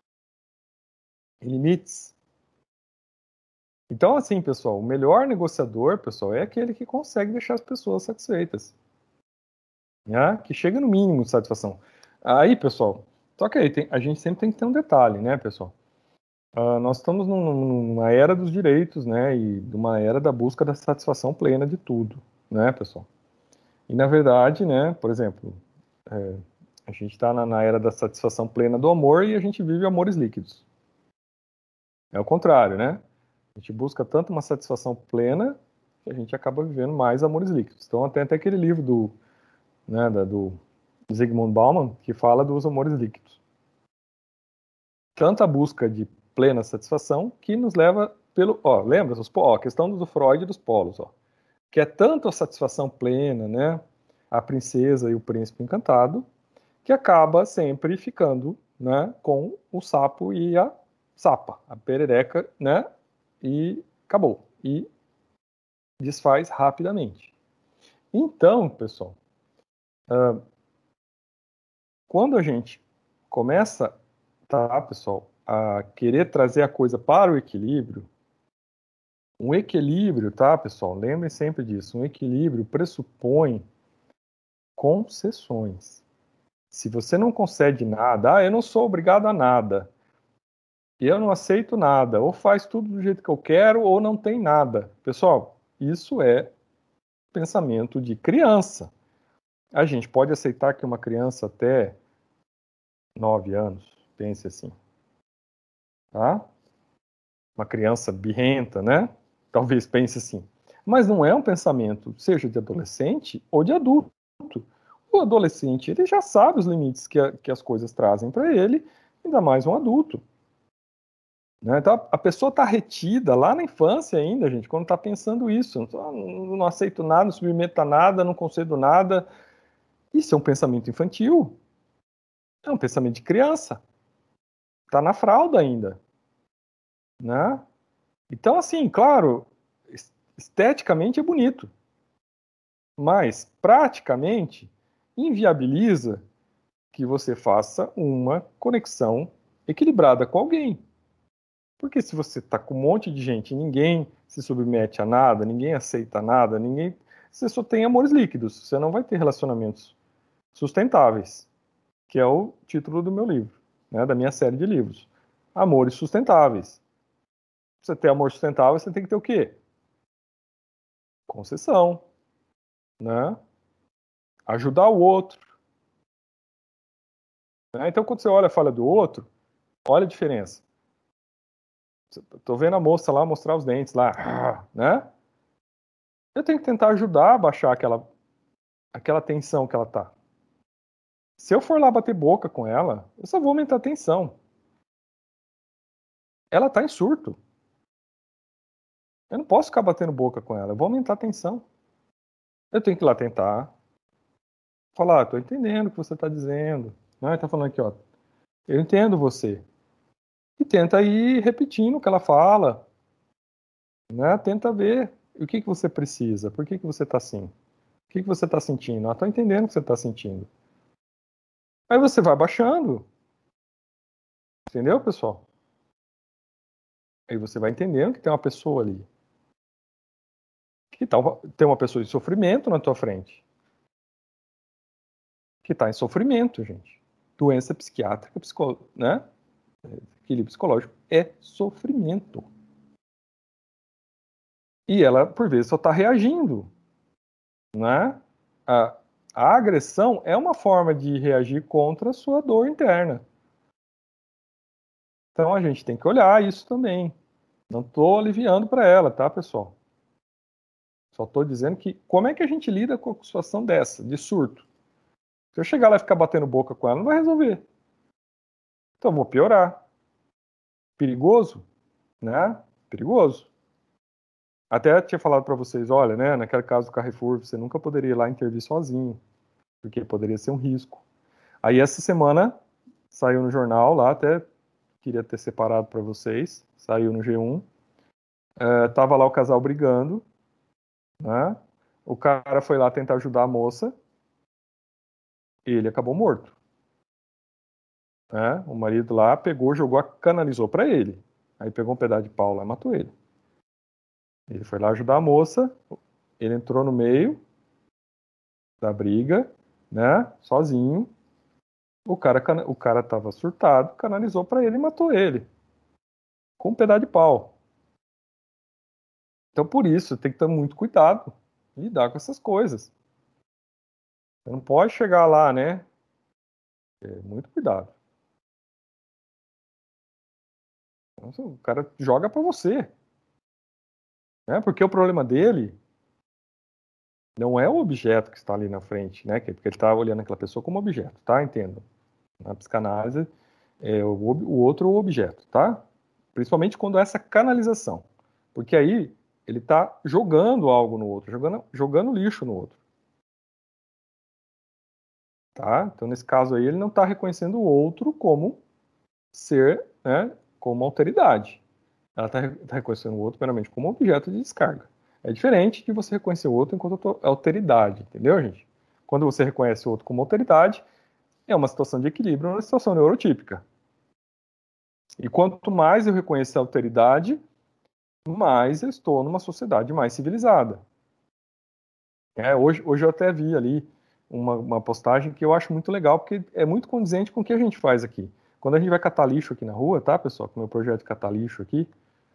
e limites. Então, assim, pessoal, o melhor negociador, pessoal, é aquele que consegue deixar as pessoas satisfeitas, né? Que chega no mínimo de satisfação. Aí, pessoal, só que aí tem, a gente sempre tem que ter um detalhe, né, pessoal? Uh, nós estamos num, numa era dos direitos, né, e numa era da busca da satisfação plena de tudo, né, pessoal? E, na verdade, né, por exemplo, é, a gente está na, na era da satisfação plena do amor e a gente vive amores líquidos. É o contrário, né? A gente busca tanto uma satisfação plena que a gente acaba vivendo mais amores líquidos. Então, até, até aquele livro do, né, da, do Zygmunt Bauman, que fala dos amores líquidos. Tanto a busca de plena satisfação que nos leva pelo, ó, lembra, os, ó, a questão do Freud e dos polos, ó, que é tanto a satisfação plena, né, a princesa e o príncipe encantado, que acaba sempre ficando, né, com o sapo e a sapa, a perereca, né, e acabou, e desfaz rapidamente. Então, pessoal, uh, quando a gente começa, tá, pessoal, a querer trazer a coisa para o equilíbrio, um equilíbrio, tá, pessoal, lembrem sempre disso, um equilíbrio pressupõe concessões. Se você não concede nada, ah, eu não sou obrigado a nada, eu não aceito nada, ou faz tudo do jeito que eu quero, ou não tem nada. Pessoal, isso é pensamento de criança. A gente pode aceitar que uma criança até nove anos pense assim, tá? Uma criança birrenta, né? Talvez pense assim. Mas não é um pensamento, seja de adolescente ou de adulto. O adolescente, ele já sabe os limites que, a, que as coisas trazem para ele, ainda mais um adulto. Né? Então, a pessoa está retida lá na infância ainda, gente, quando está pensando isso. Não, não aceito nada, não submeto a nada, não concedo nada. Isso é um pensamento infantil. É um pensamento de criança. Está na fralda ainda. Né? Então, assim, claro, esteticamente é bonito. Mas, praticamente, inviabiliza que você faça uma conexão equilibrada com alguém. Porque se você está com um monte de gente, ninguém se submete a nada, ninguém aceita nada, ninguém, você só tem amores líquidos, você não vai ter relacionamentos sustentáveis, que é o título do meu livro, né, da minha série de livros. Amores sustentáveis. Pra você ter amor sustentável, você tem que ter o quê? Concessão, né? Ajudar o outro. Né? Então, quando você olha a falha do outro, olha a diferença. Tô vendo a moça lá mostrar os dentes lá, né? Eu tenho que tentar ajudar a baixar aquela, aquela tensão que ela tá. Se eu for lá bater boca com ela, eu só vou aumentar a tensão. Ela tá em surto. Eu não posso ficar batendo boca com ela, eu vou aumentar a tensão. Eu tenho que ir lá tentar falar, ah, tô entendendo o que você tá dizendo. Não, ele tá falando aqui, ó, eu entendo você. E tenta ir repetindo o que ela fala. Né? Tenta ver o que, que você precisa, por que, que você tá assim. O que, que você tá sentindo? Ah, tô entendendo o que você tá sentindo. Aí você vai baixando. Entendeu, pessoal? Aí você vai entendendo que tem uma pessoa ali. Que tal, tem uma pessoa em sofrimento na tua frente. Que está em sofrimento, gente. Doença psiquiátrica, psicó, né? Equilíbrio psicológico é sofrimento. E ela, por vezes, só está reagindo. Né? A, a agressão é uma forma de reagir contra a sua dor interna. Então a gente tem que olhar isso também. Não estou aliviando para ela, tá, pessoal? Só estou dizendo que como é que a gente lida com a situação dessa, de surto? Se eu chegar lá e ficar batendo boca com ela, não vai resolver. Então eu vou piorar. Perigoso? Né? Perigoso. Até tinha falado para vocês, olha, né, naquele caso do Carrefour, você nunca poderia ir lá intervir sozinho, porque poderia ser um risco. Aí essa semana saiu no jornal lá, até queria ter separado para vocês, saiu no G um, é, tava lá o casal brigando, né? O cara foi lá tentar ajudar a moça, e ele acabou morto. Né? O marido lá pegou, jogou, canalizou para ele. Aí pegou um pedaço de pau lá e matou ele. Ele foi lá ajudar a moça, ele entrou no meio da briga, né? Sozinho. O cara, o cara tava surtado, canalizou para ele e matou ele. Com um pedaço de pau. Então, por isso, tem que ter muito cuidado e lidar com essas coisas. Você não pode chegar lá, né? É, muito cuidado. Então, o cara joga para você. Né? Porque o problema dele não é o objeto que está ali na frente, né? Porque ele está olhando aquela pessoa como objeto, tá? Entendo. Na psicanálise, é o, o outro o objeto, tá? Principalmente quando é essa canalização. Porque aí ele está jogando algo no outro, jogando, jogando lixo no outro. Tá? Então, nesse caso aí, ele não está reconhecendo o outro como ser, né, como alteridade. Ela está tá reconhecendo o outro meramente como objeto de descarga. É diferente de você reconhecer o outro enquanto alteridade, entendeu, gente? Quando você reconhece o outro como alteridade, é uma situação de equilíbrio, uma situação neurotípica. E quanto mais eu reconheço a alteridade, mais eu estou numa sociedade mais civilizada. É, hoje, hoje eu até vi ali uma, uma postagem que eu acho muito legal, porque é muito condizente com o que a gente faz aqui. Quando a gente vai catar lixo aqui na rua, tá, pessoal? Com o meu projeto de catar lixo aqui,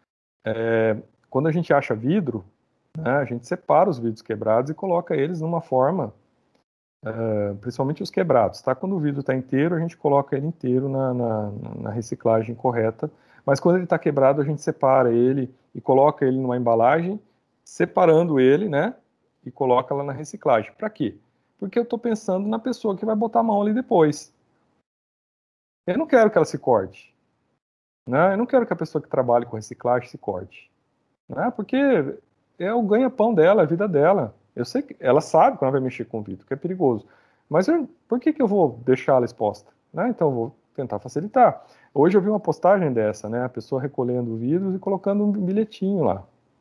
é, quando a gente acha vidro, né, a gente separa os vidros quebrados e coloca eles numa forma, é, principalmente os quebrados, tá? Quando o vidro está inteiro, a gente coloca ele inteiro na, na, na reciclagem correta, mas quando ele está quebrado, a gente separa ele e coloca ele numa embalagem, separando ele, né? E coloca lá na reciclagem. Para quê? Porque eu estou pensando na pessoa que vai botar a mão ali depois. Eu não quero que ela se corte. Né? Eu não quero que a pessoa que trabalhe com reciclagem se corte. Né? Porque é o ganha-pão dela, é a vida dela. Eu sei que ela sabe que ela vai mexer com o vidro, que é perigoso. Mas eu, por que, que eu vou deixá-la exposta? Né? Então eu vou tentar facilitar. Hoje eu vi uma postagem dessa, né? A pessoa recolhendo vidros e colocando um bilhetinho lá.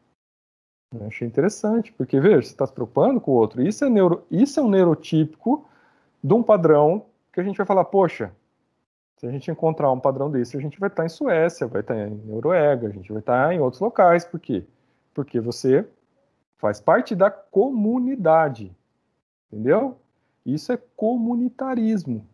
Eu achei interessante, porque, veja, você está se preocupando com o outro. Isso é, neuro, isso é um neurotípico de um padrão que a gente vai falar, poxa, se a gente encontrar um padrão desse, a gente vai estar em Suécia, vai estar em Noruega, a gente vai estar em outros locais. Por quê? Porque você faz parte da comunidade, entendeu? Isso é comunitarismo.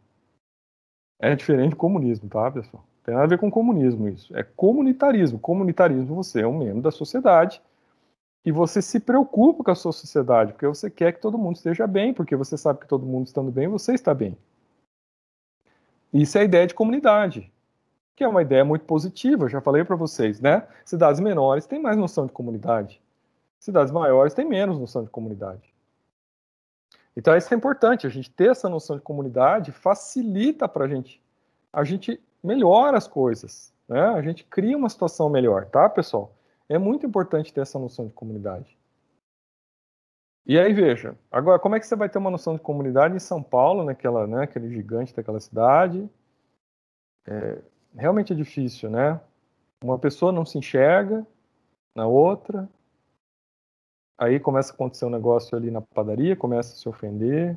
É diferente de comunismo, tá, pessoal? Não tem nada a ver com comunismo isso. É comunitarismo. Comunitarismo, você é um membro da sociedade e você se preocupa com a sua sociedade, porque você quer que todo mundo esteja bem, porque você sabe que todo mundo estando bem, você está bem. Isso é a ideia de comunidade, que é uma ideia muito positiva, eu já falei para vocês, né? Cidades menores têm mais noção de comunidade. Cidades maiores têm menos noção de comunidade. Então isso é importante, a gente ter essa noção de comunidade facilita para a gente, a gente melhora as coisas, né? A gente cria uma situação melhor, tá, pessoal? É muito importante ter essa noção de comunidade. E aí, veja, agora, como é que você vai ter uma noção de comunidade em São Paulo, naquela, né, aquele gigante daquela cidade? É, realmente é difícil, né? Uma pessoa não se enxerga na outra, aí começa a acontecer um negócio ali na padaria, começa a se ofender,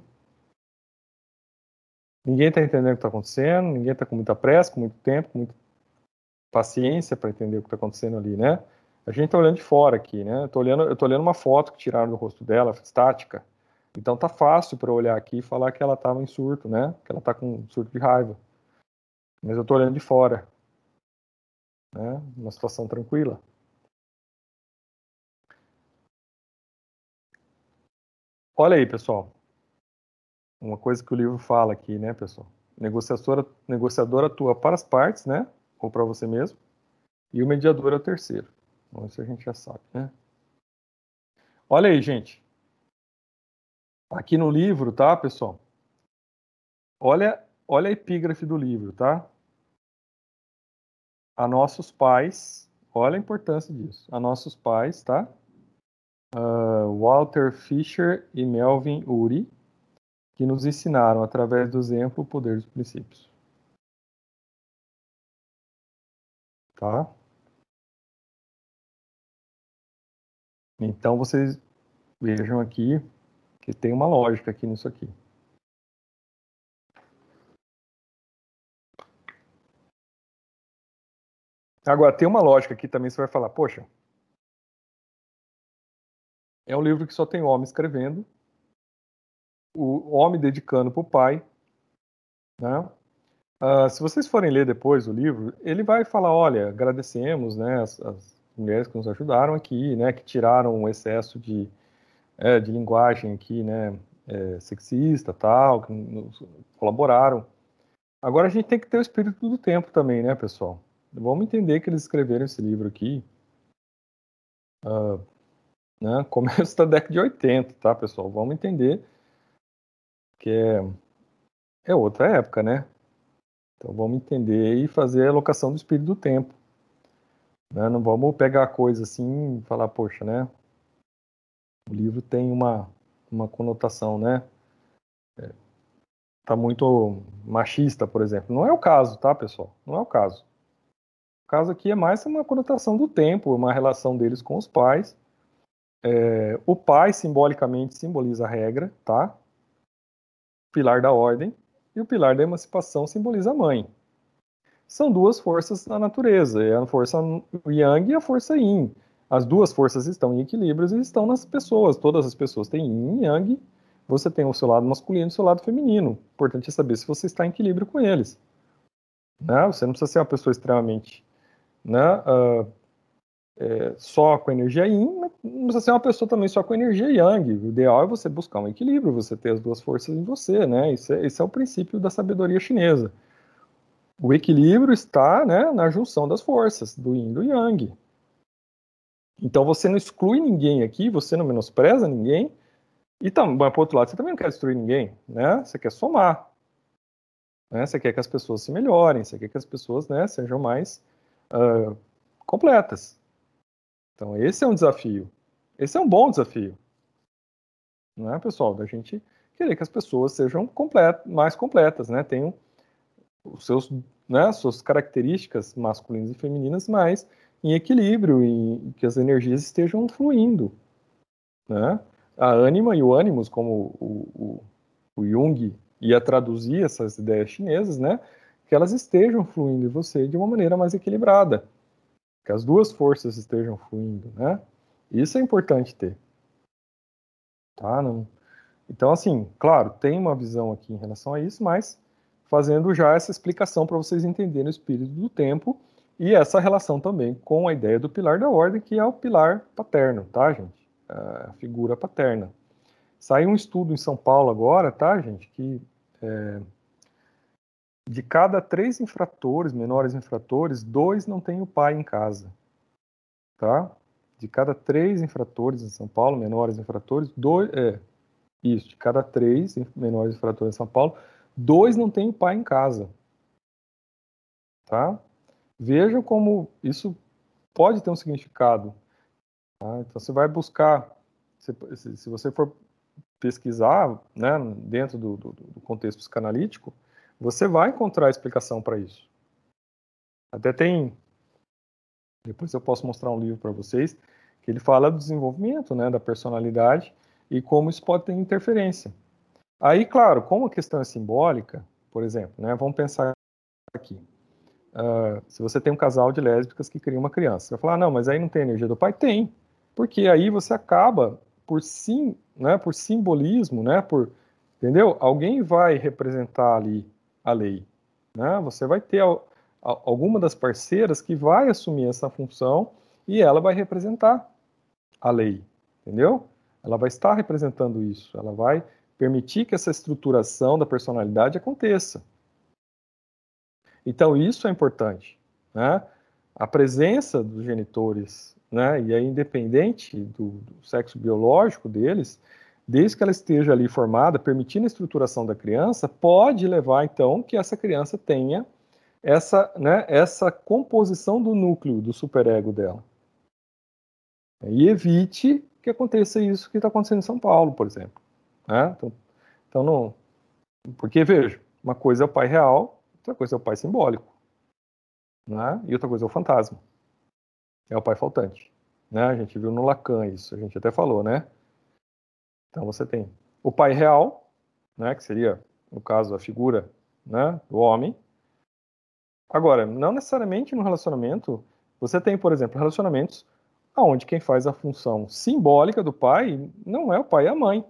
ninguém está entendendo o que está acontecendo, ninguém está com muita pressa, com muito tempo, com muita paciência para entender o que está acontecendo ali, né? A gente está olhando de fora aqui, né? Eu estou olhando, eu tô olhando uma foto que tiraram do rosto dela, estática. Então tá fácil para eu olhar aqui e falar que ela estava em surto, né? Que ela está com um surto de raiva. Mas eu estou olhando de fora, né? Uma situação tranquila. Olha aí, pessoal. Uma coisa que o livro fala aqui, né, pessoal? Negociador, negociador atua para as partes, né? Ou para você mesmo. E o mediador é o terceiro. Bom, isso a gente já sabe, né? Olha aí, gente. Aqui no livro, tá, pessoal? Olha, olha a epígrafe do livro, tá? A nossos pais, olha a importância disso. A nossos pais, tá? Uh, Walter Fischer e Melvin Ury, que nos ensinaram, através do exemplo, o poder dos princípios. Tá? Então, vocês vejam aqui que tem uma lógica aqui nisso aqui. Agora, tem uma lógica aqui também, você vai falar, poxa, é um livro que só tem homem escrevendo, o homem dedicando para o pai, né? Uh, se vocês forem ler depois o livro, ele vai falar, olha, agradecemos, né, as, as mulheres que nos ajudaram aqui, né, que tiraram o excesso de, é, de linguagem aqui, né, é, sexista, tal, que nos colaboraram. Agora a gente tem que ter o espírito do tempo também, né, pessoal? Vamos entender que eles escreveram esse livro aqui, uh, né, começo da década de oitenta, tá, pessoal? Vamos entender que é, é outra época, né? Então vamos entender e fazer a alocação do espírito do tempo. Né? Não vamos pegar a coisa assim e falar, poxa, né? O livro tem uma, uma conotação, né? Tá muito machista, por exemplo. Não é o caso, tá, pessoal? Não é o caso. O caso aqui é mais uma conotação do tempo, uma relação deles com os pais. É, o pai, simbolicamente, simboliza a regra, tá? O pilar da ordem. E o pilar da emancipação simboliza a mãe. São duas forças da natureza, é a força Yang e a força Yin. As duas forças estão em equilíbrio e estão nas pessoas. Todas as pessoas têm Yin e Yang. Você tem o seu lado masculino e o seu lado feminino. O importante é saber se você está em equilíbrio com eles. Né? Você não precisa ser uma pessoa extremamente, né, uh, é, só com energia Yin, mas não precisa ser uma pessoa também só com energia Yang. O ideal é você buscar um equilíbrio, você ter as duas forças em você. Né? Isso é, esse é o princípio da sabedoria chinesa. O equilíbrio está, né, na junção das forças, do Yin e do Yang. Então você não exclui ninguém aqui, você não menospreza ninguém, e tam, por outro lado, você também não quer destruir ninguém, né? Você quer somar. Né? Você quer que as pessoas se melhorem, você quer que as pessoas, né, sejam mais uh, completas. Então esse é um desafio. Esse é um bom desafio. Não é, pessoal? Da gente querer que as pessoas sejam complet mais completas, né? Tenham os seus, né, suas características masculinas e femininas, mas em equilíbrio, e que as energias estejam fluindo. Né? A ânima e o ânimos, como o, o, o Jung ia traduzir essas ideias chinesas, né, que elas estejam fluindo em você de uma maneira mais equilibrada, que as duas forças estejam fluindo. Né? Isso é importante ter. Tá? Não... Então, assim, claro, tem uma visão aqui em relação a isso, mas fazendo já essa explicação para vocês entenderem o espírito do tempo e essa relação também com a ideia do pilar da ordem, que é o pilar paterno, tá, gente? A figura paterna. Saiu um estudo em São Paulo agora, tá, gente, que é, de cada três infratores, menores infratores, dois não têm o pai em casa, tá? De cada três infratores em São Paulo, menores infratores, dois, é, isso, de cada três menores infratores em São Paulo, dois não têm o pai em casa. Tá? Vejam como isso pode ter um significado. Tá? Então você vai buscar, se, se você for pesquisar, né, dentro do, do, do contexto psicanalítico, você vai encontrar explicação para isso. Até tem, depois eu posso mostrar um livro para vocês, que ele fala do desenvolvimento, né, da personalidade e como isso pode ter interferência. Aí, claro, como a questão é simbólica, por exemplo, né, vamos pensar aqui. Uh, se você tem um casal de lésbicas que cria uma criança, você vai falar, ah, não, mas aí não tem energia do pai? Tem, porque aí você acaba, por sim, né, por simbolismo, né, por, entendeu? Alguém vai representar ali a lei, né? Você vai ter a, a, alguma das parceiras que vai assumir essa função e ela vai representar a lei, entendeu? Ela vai estar representando isso, ela vai permitir que essa estruturação da personalidade aconteça. Então, isso é importante. Né? A presença dos genitores, né, e é independente do, do sexo biológico deles, desde que ela esteja ali formada, permitindo a estruturação da criança, pode levar, então, que essa criança tenha essa, né, essa composição do núcleo do superego dela. E evite que aconteça isso que está acontecendo em São Paulo, por exemplo. Né? Então, então não... Porque, veja, uma coisa é o pai real, outra coisa é o pai simbólico. Né? E outra coisa é o fantasma. É o pai faltante. Né? A gente viu no Lacan isso, a gente até falou, né? Então você tem o pai real, né, que seria, no caso, a figura, né, do homem. Agora, não necessariamente no relacionamento, você tem, por exemplo, relacionamentos onde quem faz a função simbólica do pai não é o pai, é a mãe.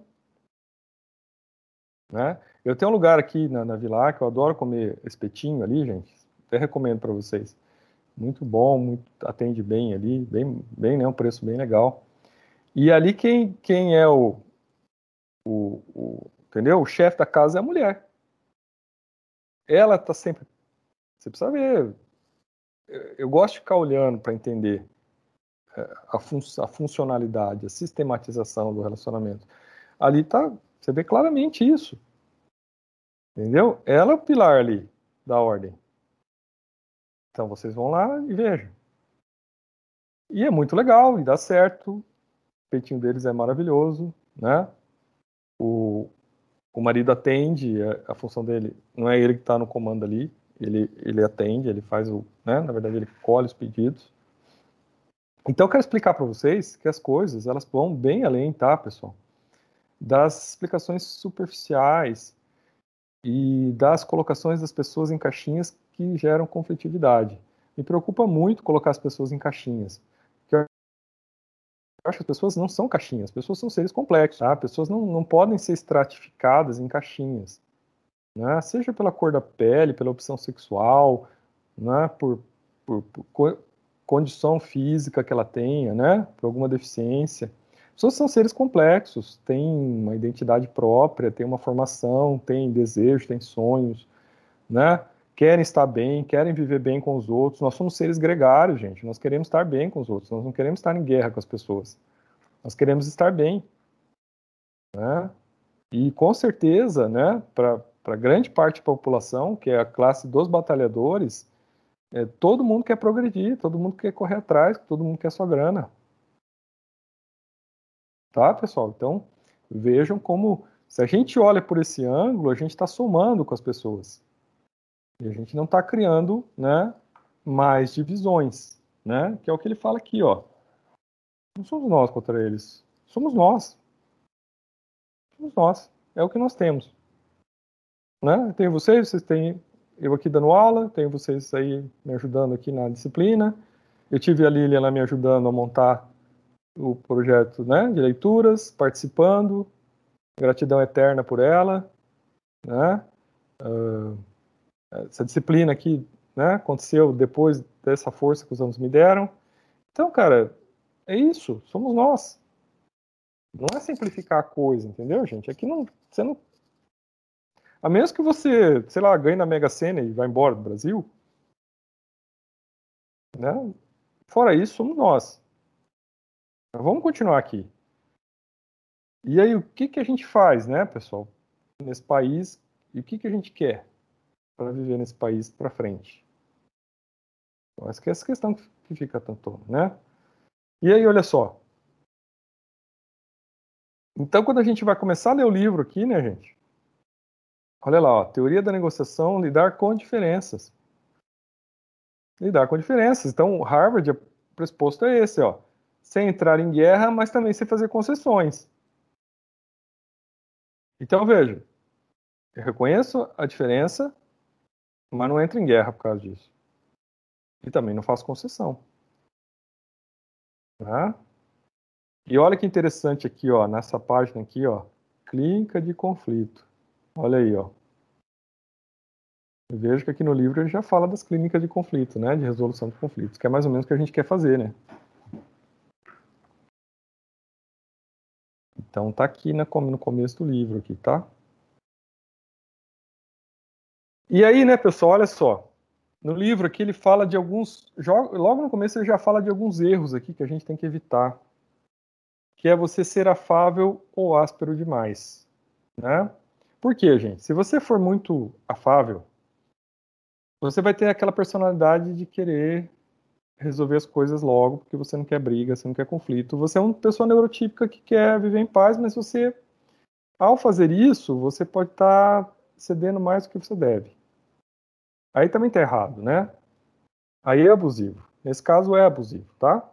Né? Eu tenho um lugar aqui na, na Vila que eu adoro comer espetinho ali, gente. Até recomendo para vocês. Muito bom, muito, atende bem ali, bem, bem, né, um preço bem legal. E ali quem, quem é o, o, o entendeu? O chefe da casa é a mulher. Ela tá sempre, você precisa ver. Eu, eu gosto de ficar olhando para entender a, fun, a funcionalidade, a sistematização do relacionamento. Ali tá, você vê claramente isso. Entendeu? Ela é o pilar ali da ordem. Então vocês vão lá e vejam. E é muito legal, e dá certo. O peitinho deles é maravilhoso, né? O, o marido atende, a, a função dele não é ele que está no comando ali, ele, ele atende, ele faz o, né? Na verdade, ele colhe os pedidos. Então, eu quero explicar para vocês que as coisas, elas vão bem além, tá, pessoal? Das explicações superficiais e das colocações das pessoas em caixinhas que geram conflitividade. Me preocupa muito colocar as pessoas em caixinhas. Porque eu acho que as pessoas não são caixinhas, as pessoas são seres complexos, tá? As pessoas não, não podem ser estratificadas em caixinhas, né? Seja pela cor da pele, pela opção sexual, né? Por, por, por co condição física que ela tenha, né? Por alguma deficiência. As pessoas são seres complexos, têm uma identidade própria, têm uma formação, têm desejos, têm sonhos, né? Querem estar bem, querem viver bem com os outros. Nós somos seres gregários, gente. Nós queremos estar bem com os outros. Nós não queremos estar em guerra com as pessoas. Nós queremos estar bem, né? E com certeza, né? Para para grande parte da população, que é a classe dos batalhadores, é, todo mundo quer progredir, todo mundo quer correr atrás, todo mundo quer sua grana, tá, pessoal? Então vejam como, se a gente olha por esse ângulo, a gente está somando com as pessoas. E a gente não está criando, né, mais divisões, né? Que é o que ele fala aqui, ó. Não somos nós contra eles, somos nós. Somos nós. É o que nós temos, né? Tenho vocês, vocês têm eu aqui dando aula, tenho vocês aí me ajudando aqui na disciplina. Eu tive a Lilian me ajudando a montar o projeto, né, de leituras, participando. Gratidão eterna por ela, né? Uh, essa disciplina aqui, né, aconteceu depois dessa força que os alunos me deram. Então, cara, é isso, somos nós. Não é simplificar a coisa, entendeu, gente? Aqui não, você não... A menos que você, sei lá, ganhe na Mega Sena e vá embora do Brasil, né? Fora isso, somos nós. Mas vamos continuar aqui. E aí, o que, que a gente faz, né, pessoal, nesse país, e o que, que a gente quer para viver nesse país para frente? Então, essa que é essa questão que fica tanto, né? E aí, olha só. Então, quando a gente vai começar a ler o livro aqui, né, gente? Olha lá, ó, teoria da negociação, lidar com diferenças. Lidar com diferenças. Então, Harvard, o pressuposto é esse, ó. Sem entrar em guerra, mas também sem fazer concessões. Então, veja, eu reconheço a diferença, mas não entro em guerra por causa disso. E também não faço concessão. Tá? E olha que interessante aqui, ó, nessa página aqui, ó, clínica de conflito. Olha aí, ó. Eu vejo que aqui no livro ele já fala das clínicas de conflito, né, de resolução de conflitos, que é mais ou menos o que a gente quer fazer, né? Então tá aqui na, no começo do livro aqui, tá? E aí, né, pessoal, olha só. No livro aqui ele fala de alguns, logo no começo ele já fala de alguns erros aqui que a gente tem que evitar, que é você ser afável ou áspero demais, né? Por quê, gente? Se você for muito afável, você vai ter aquela personalidade de querer resolver as coisas logo, porque você não quer briga, você não quer conflito. Você é uma pessoa neurotípica que quer viver em paz, mas você, ao fazer isso, você pode estar cedendo mais do que você deve. Aí também está errado, né? Aí é abusivo. Nesse caso é abusivo, tá?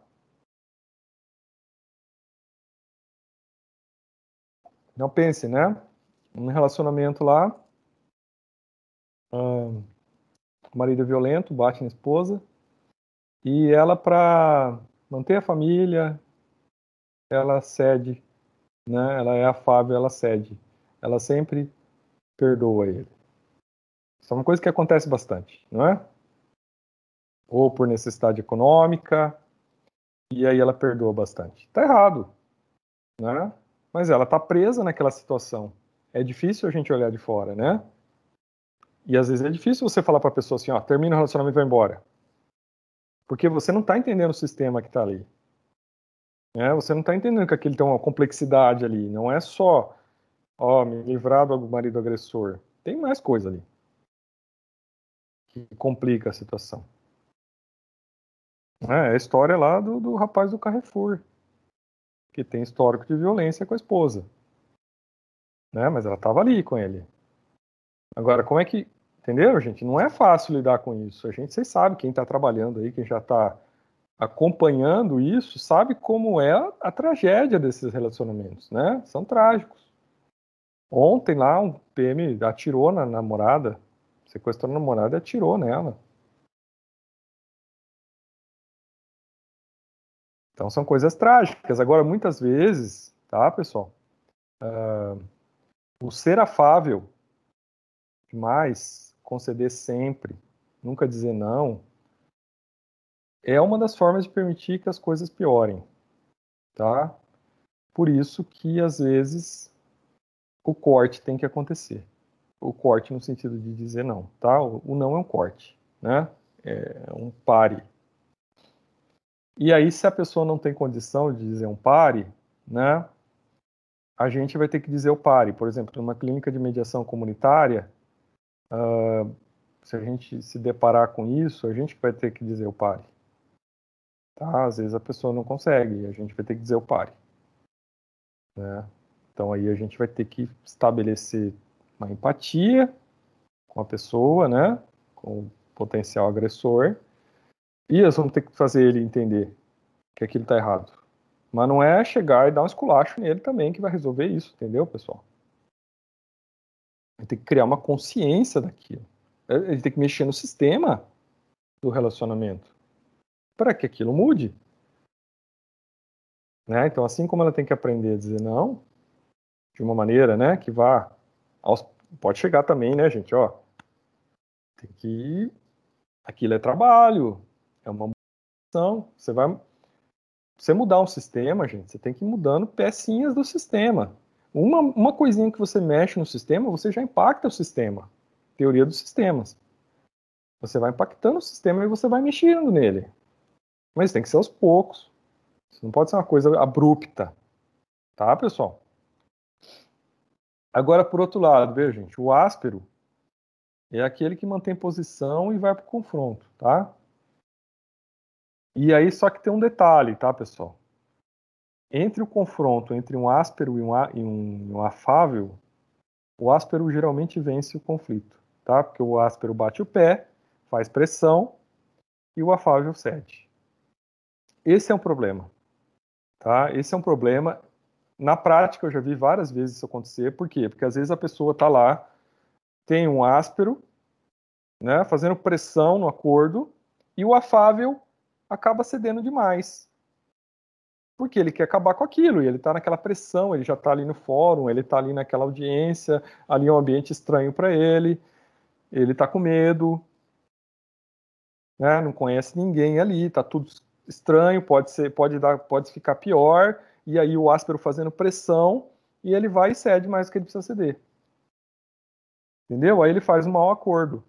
Não pense, né? Um relacionamento lá, hum, o marido é violento, bate na esposa, e ela, para manter a família, ela cede, né? Ela é afável, ela cede. Ela sempre perdoa ele. Isso é uma coisa que acontece bastante, não é? Ou por necessidade econômica, e aí ela perdoa bastante. Tá errado, né? Mas ela tá presa naquela situação. É difícil a gente olhar de fora, né? E às vezes é difícil você falar para a pessoa assim, ó, termina o relacionamento e vai embora. Porque você não tá entendendo o sistema que tá ali. Né? Você não tá entendendo que aquele tem uma complexidade ali. Não é só, ó, me livrar do marido agressor. Tem mais coisa ali que complica a situação. É a história lá do, do rapaz do Carrefour, que tem histórico de violência com a esposa. Né? Mas ela estava ali com ele. Agora, como é que... Entenderam, gente? Não é fácil lidar com isso. A gente, vocês sabem, quem está trabalhando aí, quem já está acompanhando isso, sabe como é a, a tragédia desses relacionamentos, né? São trágicos. Ontem lá, um P M atirou na namorada, sequestrou a namorada e atirou nela. Então são coisas trágicas. Agora, muitas vezes, tá, pessoal? Uh, o ser afável demais, conceder sempre, nunca dizer não, é uma das formas de permitir que as coisas piorem, tá? Por isso que, às vezes, o corte tem que acontecer. O corte no sentido de dizer não, tá? O não é um corte, né? É um pare. E aí, se a pessoa não tem condição de dizer um pare, né? A gente vai ter que dizer o pare. Por exemplo, numa clínica de mediação comunitária, uh, se a gente se deparar com isso, a gente vai ter que dizer o pare. Tá? Às vezes a pessoa não consegue, a gente vai ter que dizer o pare. Né? Então aí a gente vai ter que estabelecer uma empatia com a pessoa, né? Com o potencial agressor, e nós vamos ter que fazer ele entender que aquilo está errado. Mas não é chegar e dar um esculacho nele também que vai resolver isso, entendeu, pessoal? Ele tem que criar uma consciência daquilo. Ele tem que mexer no sistema do relacionamento para que aquilo mude. Né? Então, assim como ela tem que aprender a dizer não, de uma maneira, né, que vá aos... pode chegar também, né, gente, ó, tem que... aquilo é trabalho, é uma mudança, você vai... você mudar um sistema, gente, você tem que ir mudando pecinhas do sistema. Uma, uma coisinha que você mexe no sistema, você já impacta o sistema. Teoria dos sistemas. Você vai impactando o sistema e você vai mexendo nele. Mas tem que ser aos poucos. Isso não pode ser uma coisa abrupta. Tá, pessoal? Agora, por outro lado, veja, gente, o áspero é aquele que mantém posição e vai para o confronto, tá? E aí, só que tem um detalhe, tá, pessoal? Entre o confronto entre um áspero e um, e um, um afável, o áspero geralmente vence o conflito, tá? Porque o áspero bate o pé, faz pressão, e o afável cede. Esse é um problema, tá? Esse é um problema. Na prática, eu já vi várias vezes isso acontecer. Por quê? Porque às vezes a pessoa tá lá, tem um áspero, né, fazendo pressão no acordo, e o afável acaba cedendo demais. Porque ele quer acabar com aquilo, e ele está naquela pressão, ele já está ali no fórum, ele está ali naquela audiência, ali é um ambiente estranho para ele, ele está com medo, né, não conhece ninguém ali, está tudo estranho, pode, ser, pode, dar, pode ficar pior, e aí o áspero fazendo pressão, e ele vai e cede mais do que ele precisa ceder. Entendeu? Aí ele faz um mau acordo.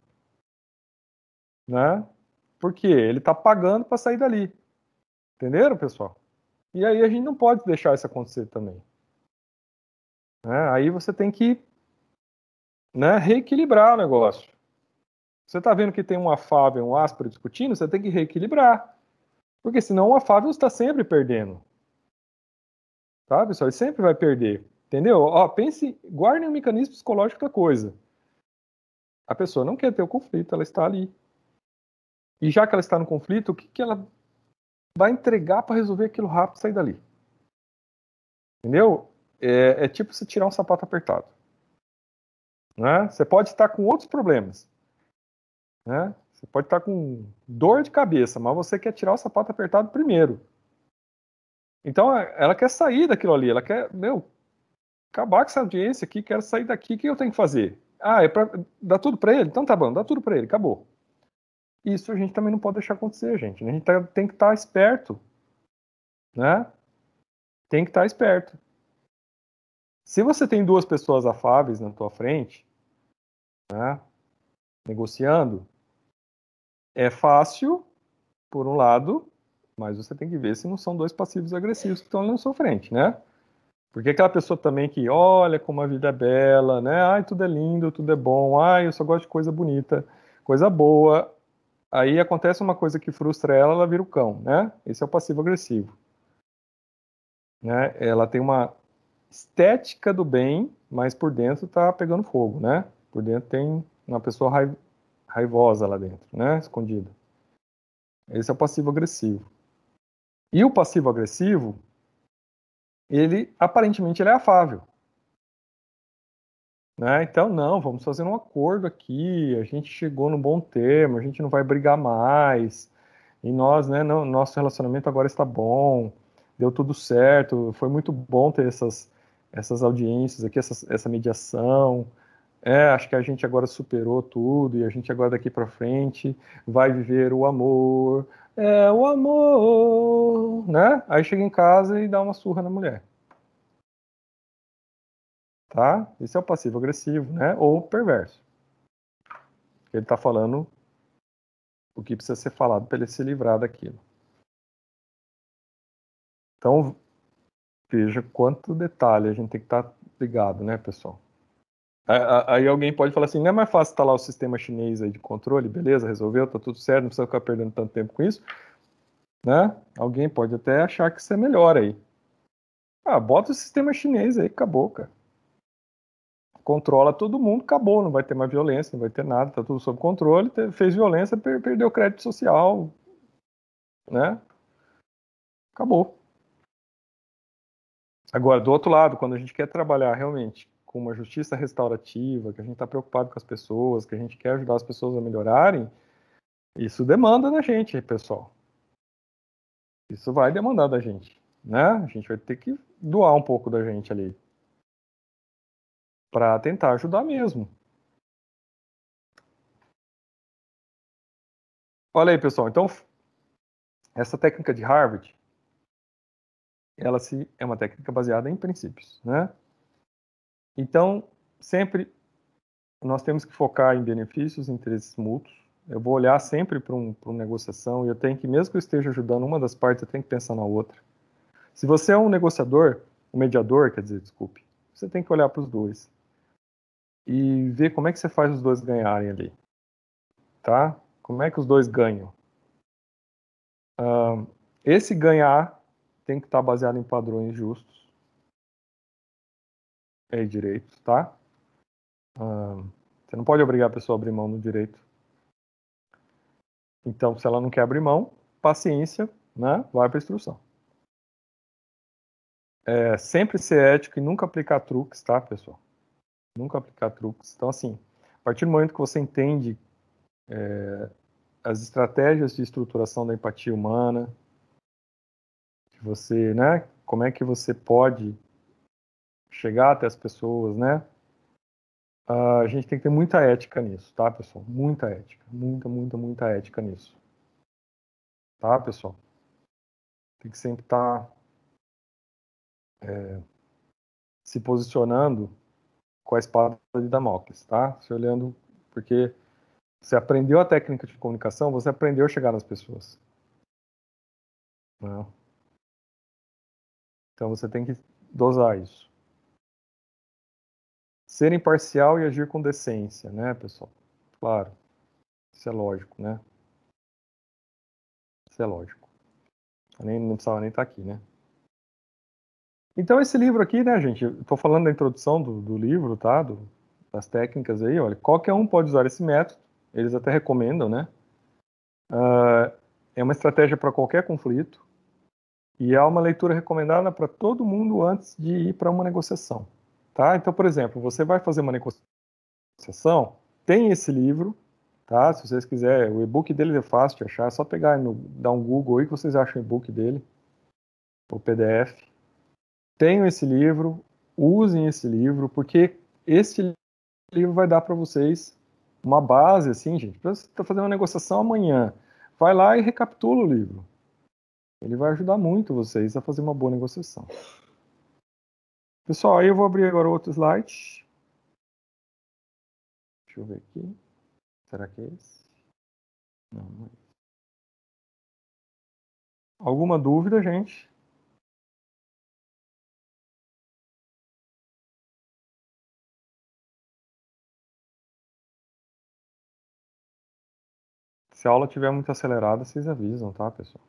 Né? Por quê? Ele está pagando para sair dali. Entenderam, pessoal? E aí a gente não pode deixar isso acontecer também. Né? Aí você tem que, né, reequilibrar o negócio. Você está vendo que tem um afável e um áspero discutindo, você tem que reequilibrar. Porque senão o afável está sempre perdendo. Tá, pessoal? Ele sempre vai perder. Entendeu? Ó, pense, guardem o mecanismo psicológico da coisa. A pessoa não quer ter o conflito, ela está ali. E já que ela está no conflito, o que, que ela vai entregar para resolver aquilo rápido e sair dali? Entendeu? É, é tipo você tirar um sapato apertado. Né? Você pode estar com outros problemas. Né? Você pode estar com dor de cabeça, mas você quer tirar o sapato apertado primeiro. Então, ela quer sair daquilo ali. Ela quer, meu, acabar com essa audiência aqui, quero sair daqui. O que eu tenho que fazer? Ah, é pra dar tudo para ele? Então tá bom, dá tudo para ele, acabou. Isso a gente também não pode deixar acontecer, gente. A gente tem que estar esperto. Né? Tem que estar esperto. Se você tem duas pessoas afáveis na tua frente, né, negociando, é fácil, por um lado, mas você tem que ver se não são dois passivos agressivos que estão ali na sua frente, né? Porque aquela pessoa também que olha como a vida é bela, né? Ai, tudo é lindo, tudo é bom, ai, eu só gosto de coisa bonita, coisa boa. aí acontece uma coisa que frustra ela, ela vira o cão, né? Esse é o passivo-agressivo. Né? Ela tem uma estética do bem, mas por dentro tá pegando fogo, né? Por dentro tem uma pessoa raiv raivosa lá dentro, né? Escondida. Esse é o passivo-agressivo. E o passivo-agressivo, ele, aparentemente, ele é afável. Né? Então, não, vamos fazer um acordo aqui, a gente chegou num bom termo, a gente não vai brigar mais, e nós, né, não, nosso relacionamento agora está bom, deu tudo certo, foi muito bom ter essas, essas audiências aqui, essa, essa mediação, é, acho que a gente agora superou tudo, e a gente agora daqui para frente vai viver o amor, é o amor, né? Aí chega em casa e dá uma surra na mulher. Tá? Esse é o passivo-agressivo, né? Ou perverso. Ele está falando o que precisa ser falado para ele se livrar daquilo. Então, veja quanto detalhe a gente tem que estar tá ligado, né, pessoal? Aí alguém pode falar assim, não é mais fácil instalar o sistema chinês aí de controle? Beleza, resolveu, tá tudo certo, não precisa ficar perdendo tanto tempo com isso. Né? Alguém pode até achar que isso é melhor aí. Ah, bota o sistema chinês aí, acabou, cara. Controla todo mundo, acabou, não vai ter mais violência, não vai ter nada, tá tudo sob controle, fez violência, perdeu crédito social, né? Acabou. Agora, do outro lado, quando a gente quer trabalhar realmente com uma justiça restaurativa, que a gente está preocupado com as pessoas, que a gente quer ajudar as pessoas a melhorarem, isso demanda da gente, pessoal. Isso vai demandar da gente, né? A gente vai ter que doar um pouco da gente ali para tentar ajudar mesmo. Olha aí, pessoal. Então, essa técnica de Harvard, ela se, é uma técnica baseada em princípios, né? Então, sempre nós temos que focar em benefícios, interesses mútuos. Eu vou olhar sempre para um, para uma negociação e eu tenho que, mesmo que eu esteja ajudando uma das partes, eu tenho que pensar na outra. Se você é um negociador, um mediador, quer dizer, desculpe, você tem que olhar para os dois e ver como é que você faz os dois ganharem ali, tá? Como é que os dois ganham? Uh, esse ganhar tem que estar baseado em padrões justos e direitos, tá? Uh, você não pode obrigar a pessoa a abrir mão do direito. Então, se ela não quer abrir mão, paciência, né? Vai para a instrução. É, sempre ser ético e nunca aplicar truques, tá, pessoal? Nunca aplicar truques. Então, assim, a partir do momento que você entende é, as estratégias de estruturação da empatia humana, que você, né? Como é que você pode chegar até as pessoas, né? Uh, a gente tem que ter muita ética nisso, tá, pessoal? Muita ética. Muita, muita, muita ética nisso. Tá, pessoal? Tem que sempre estar tá, é, se posicionando com a espada de Damocles, tá? Se olhando, porque você aprendeu a técnica de comunicação, você aprendeu a chegar nas pessoas. Né? Então você tem que dosar isso. Ser imparcial e agir com decência, né, pessoal? Claro, isso é lógico, né? Isso é lógico. Eu nem, não precisava nem estar aqui, né? Então esse livro aqui, né, gente, eu tô falando da introdução do, do livro, tá? Do, das técnicas aí, olha, qualquer um pode usar esse método, eles até recomendam, né? Uh, é uma estratégia para qualquer conflito e é uma leitura recomendada para todo mundo antes de ir para uma negociação, tá? Então, por exemplo, você vai fazer uma negociação, tem esse livro, tá? Se vocês quiserem, o e-book dele é fácil de achar, é só pegar e dar um Google aí que vocês acham o e-book dele, o P D F. Tenham esse livro, usem esse livro, porque esse livro vai dar para vocês uma base, assim, gente, para você estar fazendo uma negociação amanhã. Vai lá e recapitula o livro. Ele vai ajudar muito vocês a fazer uma boa negociação. Pessoal, aí eu vou abrir agora outro slide. Deixa eu ver aqui. Será que é esse? Não, não é esse. Alguma dúvida, gente? Se a aula estiver muito acelerada, vocês avisam, tá, pessoal?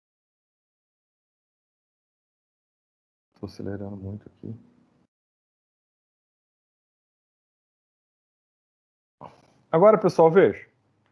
Estou acelerando muito aqui. Agora, pessoal, veja.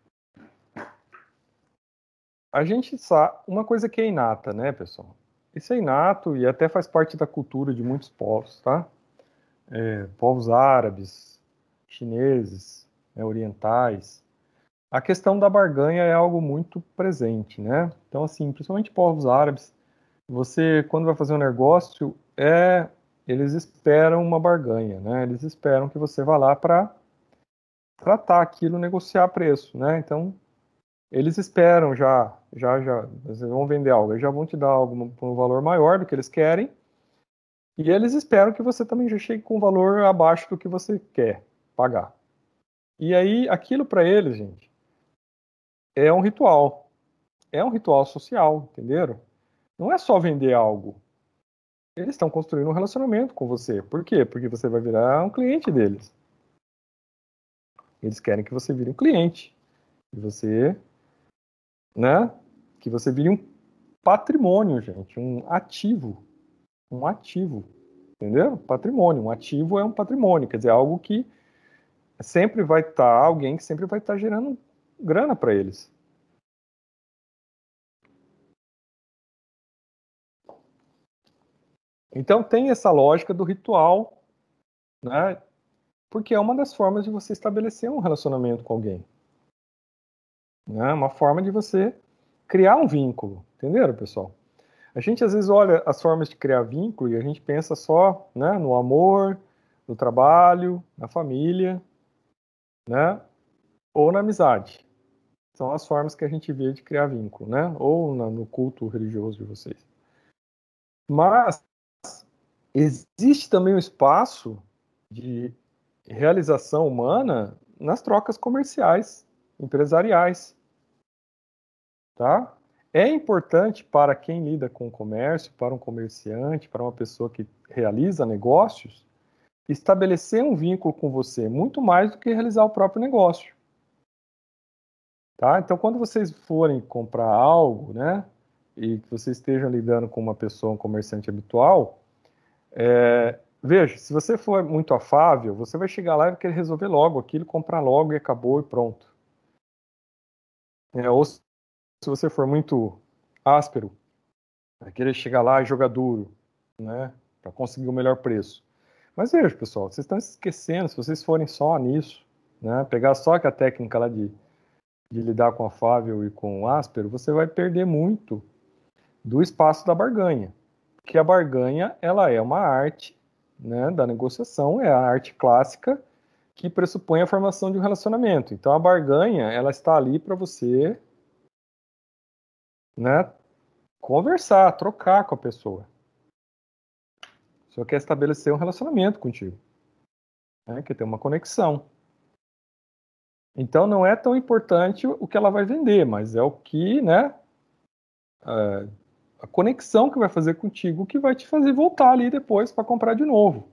A gente sabe uma coisa que é inata, né, pessoal? Isso é inato e até faz parte da cultura de muitos povos, tá? É, povos árabes, chineses, né, orientais. A questão da barganha é algo muito presente, né? Então, assim, principalmente povos árabes, você, quando vai fazer um negócio, é, eles esperam uma barganha, né? Eles esperam que você vá lá para tratar aquilo, negociar preço, né? Então, eles esperam já, já, já, eles vão vender algo, eles já vão te dar algo por um valor maior do que eles querem, e eles esperam que você também já chegue com um valor abaixo do que você quer pagar. E aí, aquilo para eles, gente, é um ritual. É um ritual social, entenderam? Não é só vender algo. Eles estão construindo um relacionamento com você. Por quê? Porque você vai virar um cliente deles. Eles querem que você vire um cliente. Que você, né? Que você vire um patrimônio, gente. Um ativo. Um ativo. Entendeu? Patrimônio. Um ativo é um patrimônio. Quer dizer, algo que sempre vai estar, tá, alguém que sempre vai estar tá gerando grana para eles. Então tem essa lógica do ritual, né? Porque é uma das formas de você estabelecer um relacionamento com alguém. Né? Uma forma de você criar um vínculo. Entenderam, pessoal? A gente às vezes olha as formas de criar vínculo e a gente pensa só, né, no amor, no trabalho, na família, né? Ou na amizade. São as formas que a gente vê de criar vínculo, né? Ou na, no culto religioso de vocês. Mas existe também um espaço de realização humana nas trocas comerciais, empresariais, tá? É importante para quem lida com o comércio, para um comerciante, para uma pessoa que realiza negócios, estabelecer um vínculo com você muito mais do que realizar o próprio negócio, tá? Então, quando vocês forem comprar algo, né, e que vocês estejam lidando com uma pessoa, um comerciante habitual, é, veja, se você for muito afável, você vai chegar lá e vai querer resolver logo aquilo, comprar logo e acabou e pronto. É, ou se você for muito áspero, vai querer chegar lá e jogar duro, né, para conseguir o melhor preço. Mas veja, pessoal, vocês estão se esquecendo, se vocês forem só nisso, né, pegar só que a técnica lá de, de lidar com afável e com áspero, você vai perder muito do espaço da barganha. Porque a barganha, ela é uma arte, né, da negociação, é a arte clássica que pressupõe a formação de um relacionamento. Então, a barganha, ela está ali para você, né, conversar, trocar com a pessoa. Só quer estabelecer um relacionamento contigo, né, quer ter uma conexão. Então, não é tão importante o que ela vai vender, mas é o que, né, a, a conexão que vai fazer contigo que vai te fazer voltar ali depois para comprar de novo.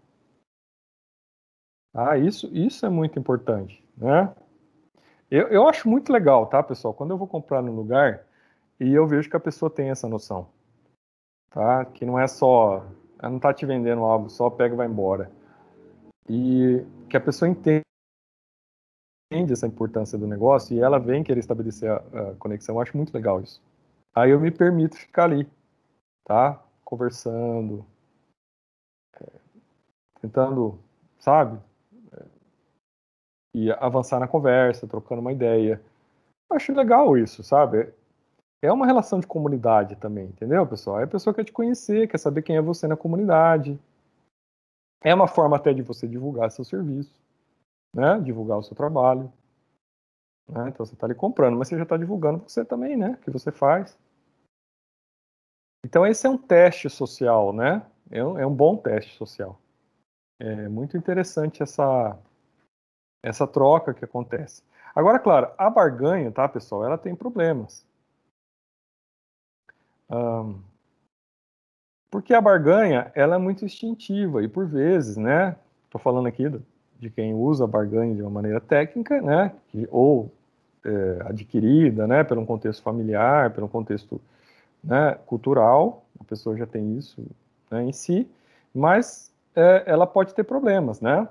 Ah, isso, isso é muito importante, né? Eu, eu acho muito legal, tá, pessoal? Quando eu vou comprar no lugar e eu vejo que a pessoa tem essa noção, tá? Que não é só, ela não tá te vendendo algo, só pega e vai embora. E que a pessoa entende essa importância do negócio e ela vem querer estabelecer a, a conexão. Eu acho muito legal isso. Aí eu me permito ficar ali, tá? Conversando, é, tentando, sabe? É, e avançar na conversa, trocando uma ideia. Eu acho legal isso, sabe? É uma relação de comunidade também, entendeu, pessoal? Aí a pessoa quer te conhecer, quer saber quem é você na comunidade. É uma forma até de você divulgar seu serviço, né? Divulgar o seu trabalho. Né? Então você está ali comprando, mas você já está divulgando você também, né? O que você faz. Então esse é um teste social, né? É um, é um bom teste social. É muito interessante essa, essa troca que acontece. Agora, claro, a barganha, tá, pessoal? Ela tem problemas. Um, Porque a barganha, ela é muito instintiva e por vezes, né? Estou falando aqui do, de quem usa a barganha de uma maneira técnica, né? Que, ou é, adquirida, né, pelo contexto familiar, pelo contexto, né, cultural, a pessoa já tem isso, né, em si, mas é, ela pode ter problemas, né?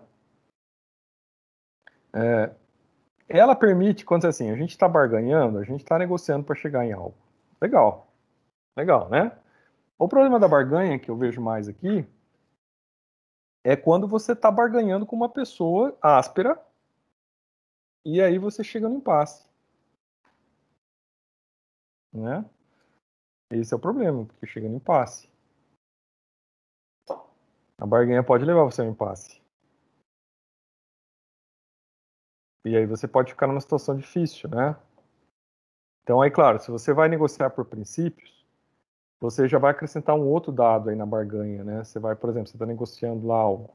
É, ela permite, quando assim, a gente está barganhando, a gente está negociando para chegar em algo. Legal, legal, né? O problema da barganha, que eu vejo mais aqui, é quando você está barganhando com uma pessoa áspera e aí você chega no impasse, né? Esse é o problema, porque chega no impasse. A barganha pode levar você ao impasse. E aí você pode ficar numa situação difícil, né? Então, aí, claro, se você vai negociar por princípios, você já vai acrescentar um outro dado aí na barganha, né? Você vai, por exemplo, você está negociando lá algo.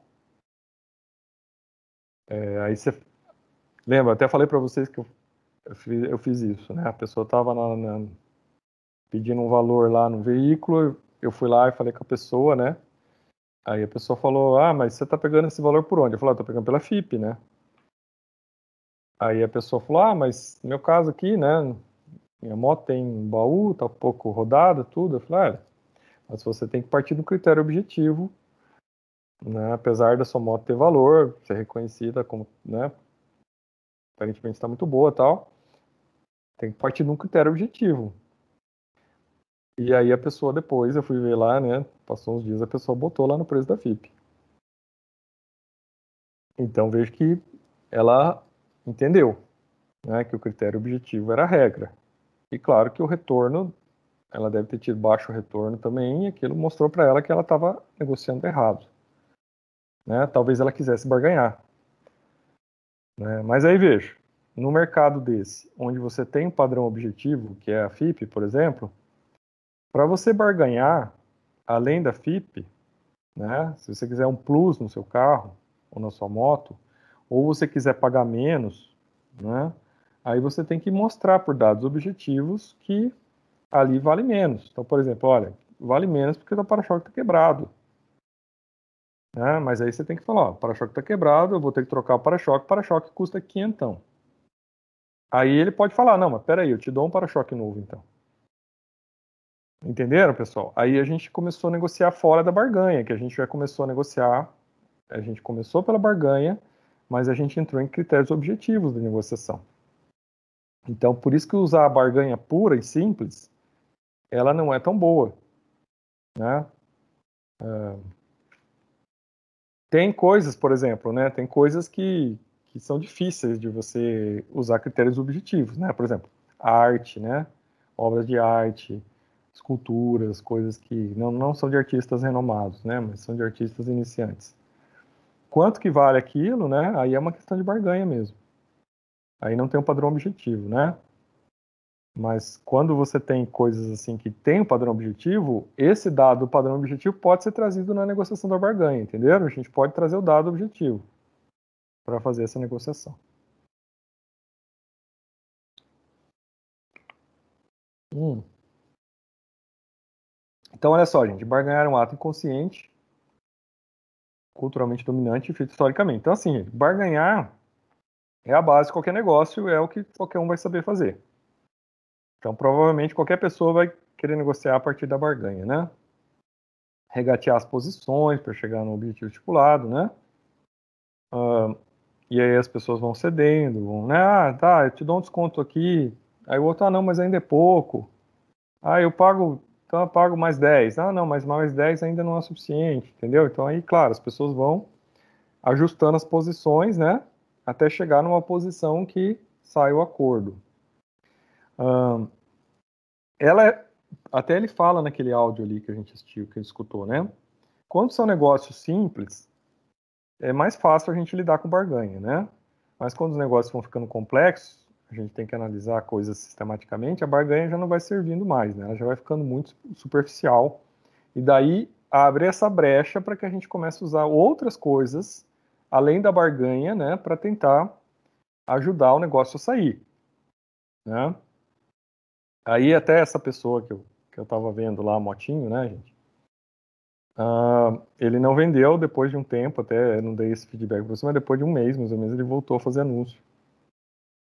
É, aí você... Lembra, até falei para vocês que eu, eu, fiz, eu fiz isso, né? A pessoa estava pedindo um valor lá no veículo, eu fui lá e falei com a pessoa, né? Aí a pessoa falou, ah, mas você está pegando esse valor por onde? Eu falei, ah, tô pegando pela F I P, né? Aí a pessoa falou, ah, mas no meu caso aqui, né? Minha moto tem baú, tá um pouco rodada, tudo. Eu falei, ah, mas você tem que partir do critério objetivo, né? Apesar da sua moto ter valor, ser reconhecida como, né? Aparentemente está muito boa, tal. Tem que partir de um critério objetivo. E aí a pessoa depois, eu fui ver lá, né? Passou uns dias, a pessoa botou lá no preço da F I P. Então vejo que ela entendeu, né? Que o critério objetivo era a regra. E claro que o retorno, ela deve ter tido baixo retorno também, e aquilo mostrou para ela que ela estava negociando errado. Né? Talvez ela quisesse barganhar. Né? Mas aí veja, no mercado desse, onde você tem um padrão objetivo, que é a F I P, por exemplo, para você barganhar, além da F I P, né? Se você quiser um plus no seu carro ou na sua moto, ou você quiser pagar menos, né? Aí você tem que mostrar por dados objetivos que ali vale menos. Então, por exemplo, olha, vale menos porque o para-choque está quebrado. Né? Mas aí você tem que falar, ó, o para-choque está quebrado, eu vou ter que trocar o para-choque, o para-choque custa quinhentão. Aí ele pode falar, não, mas peraí, eu te dou um para-choque novo, então. Entenderam, pessoal? Aí a gente começou a negociar fora da barganha, que a gente já começou a negociar, a gente começou pela barganha, mas a gente entrou em critérios objetivos de negociação. Então, por isso que usar a barganha pura e simples, ela não é tão boa, né? Uh, tem coisas, por exemplo, né? Tem coisas que, que são difíceis de você usar critérios objetivos, né? Por exemplo, arte, né? Obras de arte, esculturas, coisas que não, não são de artistas renomados, né? Mas são de artistas iniciantes. Quanto que vale aquilo, né? Aí é uma questão de barganha mesmo. Aí não tem um padrão objetivo, né? Mas quando você tem coisas assim que tem um padrão objetivo, esse dado, o padrão objetivo, pode ser trazido na negociação da barganha, entenderam? A gente pode trazer o dado objetivo para fazer essa negociação. Hum. Então, olha só, gente, barganhar é um ato inconsciente, culturalmente dominante e feito historicamente. Então, assim, barganhar é a base de qualquer negócio, é o que qualquer um vai saber fazer. Então, provavelmente, qualquer pessoa vai querer negociar a partir da barganha, né? Regatear as posições para chegar no objetivo estipulado, né? Uh, e aí as pessoas vão cedendo, vão, né? Ah, tá, eu te dou um desconto aqui. Aí o outro, ah, não, mas ainda é pouco. Ah, eu pago, então eu pago mais dez. Ah, não, mas mais dez ainda não é suficiente, entendeu? Então aí, claro, as pessoas vão ajustando as posições, né? Até chegar numa posição que sai o acordo. Uh, ela é, até ele fala naquele áudio ali que a gente assistiu, que a gente escutou, né? Quando são negócios simples, é mais fácil a gente lidar com barganha, né? Mas quando os negócios vão ficando complexos, a gente tem que analisar coisas sistematicamente, a barganha já não vai servindo mais, né? Ela já vai ficando muito superficial. E daí abre essa brecha para que a gente comece a usar outras coisas, além da barganha, né? Para tentar ajudar o negócio a sair, né? Aí até essa pessoa que eu, que eu tava vendo lá, a motinho, né, gente? Uh, ele não vendeu depois de um tempo, até não dei esse feedback para você, mas depois de um mês, mais ou menos, ele voltou a fazer anúncio.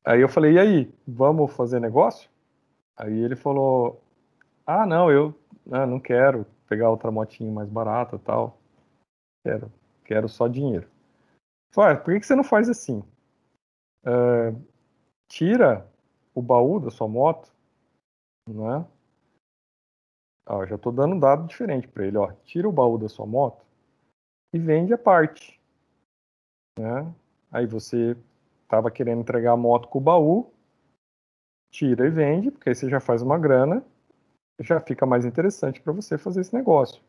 Aí eu falei, e aí, vamos fazer negócio? Aí ele falou, ah, não, eu ah, não quero pegar outra motinha mais barata e tal. Quero, quero só dinheiro. Eu falei, ah, por que que você não faz assim? É, tira o baú da sua moto, né? Ó, já tô dando um dado diferente para ele, ó. Tira o baú da sua moto e vende a parte, né? Aí você tava querendo entregar a moto com o baú, tira e vende, porque aí você já faz uma grana, já fica mais interessante para você fazer esse negócio.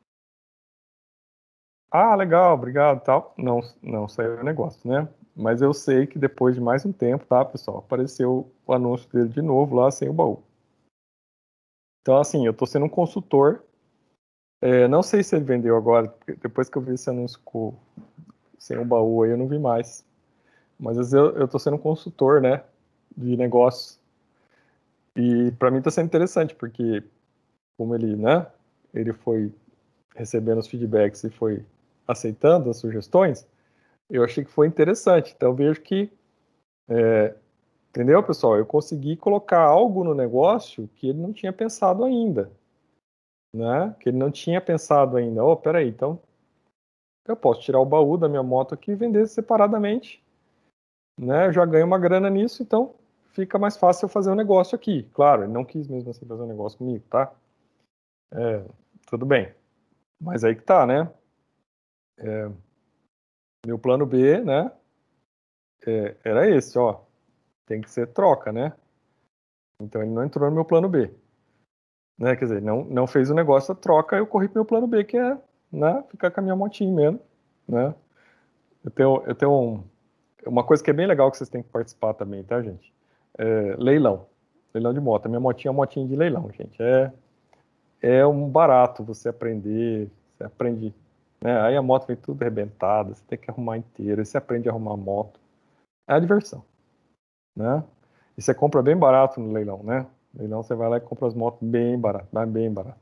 Ah, legal, obrigado, tal. Não, não saiu o negócio, né? Mas eu sei que depois de mais um tempo, tá, pessoal, apareceu o anúncio dele de novo lá sem o baú. Então, assim, eu tô sendo um consultor. É, não sei se ele vendeu agora, porque depois que eu vi esse anúncio com, sem o baú aí, eu não vi mais. Mas às vezes eu, eu tô sendo um consultor, né, de negócios. E para mim tá sendo interessante, porque como ele, né, ele foi recebendo os feedbacks e foi aceitando as sugestões, eu achei que foi interessante. Então eu vejo que, é, entendeu, pessoal? Eu consegui colocar algo no negócio que ele não tinha pensado ainda, né? Que ele não tinha pensado ainda. Oh, peraí, então eu posso tirar o baú da minha moto aqui e vender separadamente, né? Eu já ganho uma grana nisso, então fica mais fácil eu fazer um negócio aqui. Claro, ele não quis mesmo assim fazer um negócio comigo, tá? É, tudo bem. Mas aí que tá, né? É, meu plano B, né? É, era esse, ó. Tem que ser troca, né? Então ele não entrou no meu plano B. Né? Quer dizer, não, não fez o negócio, a troca, eu corri pro meu plano B, que é, né, ficar com a minha motinha mesmo, né? Eu tenho, eu tenho um, uma coisa que é bem legal que vocês têm que participar também, tá, gente? É, leilão. Leilão de moto. A minha motinha é uma motinha de leilão, gente. É, é um barato você aprender, você aprende, né? Aí a moto vem tudo arrebentada, você tem que arrumar inteira, você aprende a arrumar a moto. É a diversão, né? E você compra bem barato no leilão, né? No leilão você vai lá e compra as motos bem barato, bem barato.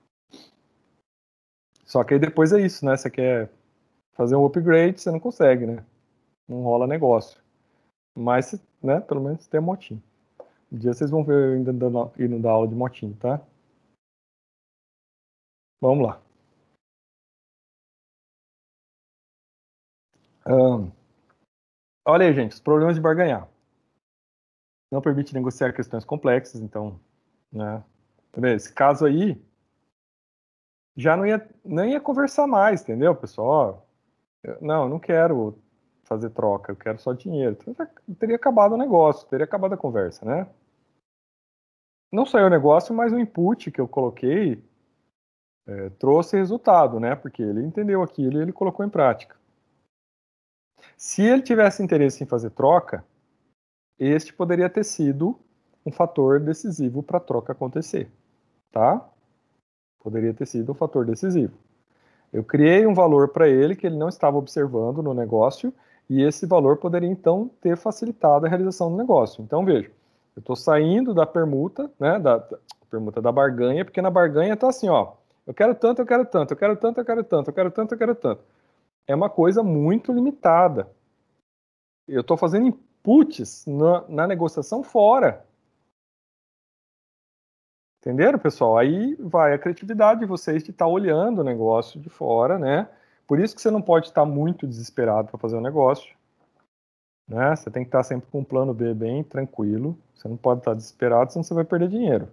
Só que aí depois é isso, né? Você quer fazer um upgrade, você não consegue, né? Não rola negócio. Mas, né, pelo menos tem a motinha. Um dia vocês vão ver eu ainda dando, indo dar aula de motinho, tá? Vamos lá. Um, olha aí, gente, os problemas de barganhar. Não permite negociar questões complexas, então, né? Esse caso aí, já não ia, nem ia conversar mais, entendeu, pessoal? Eu, não, eu não quero fazer troca, eu quero só dinheiro. Então, já teria acabado o negócio, teria acabado a conversa, né? Não saiu o negócio, mas o input que eu coloquei é, trouxe resultado, né? Porque ele entendeu aquilo e ele colocou em prática. Se ele tivesse interesse em fazer troca, este poderia ter sido um fator decisivo para a troca acontecer, tá? Poderia ter sido um fator decisivo. Eu criei um valor para ele que ele não estava observando no negócio e esse valor poderia então ter facilitado a realização do negócio. Então veja, eu estou saindo da permuta, né, da, da permuta da barganha, porque na barganha está assim, ó, eu quero tanto, eu quero tanto, eu quero tanto, eu quero tanto, eu quero tanto, eu quero tanto. É uma coisa muito limitada. Eu estou fazendo inputs na, na negociação fora. Entenderam, pessoal? Aí vai a criatividade de vocês de estar olhando o negócio de fora, né? Por isso que você não pode estar muito desesperado para fazer o negócio, né? Você tem que estar sempre com um plano B bem tranquilo. Você não pode estar desesperado, senão você vai perder dinheiro,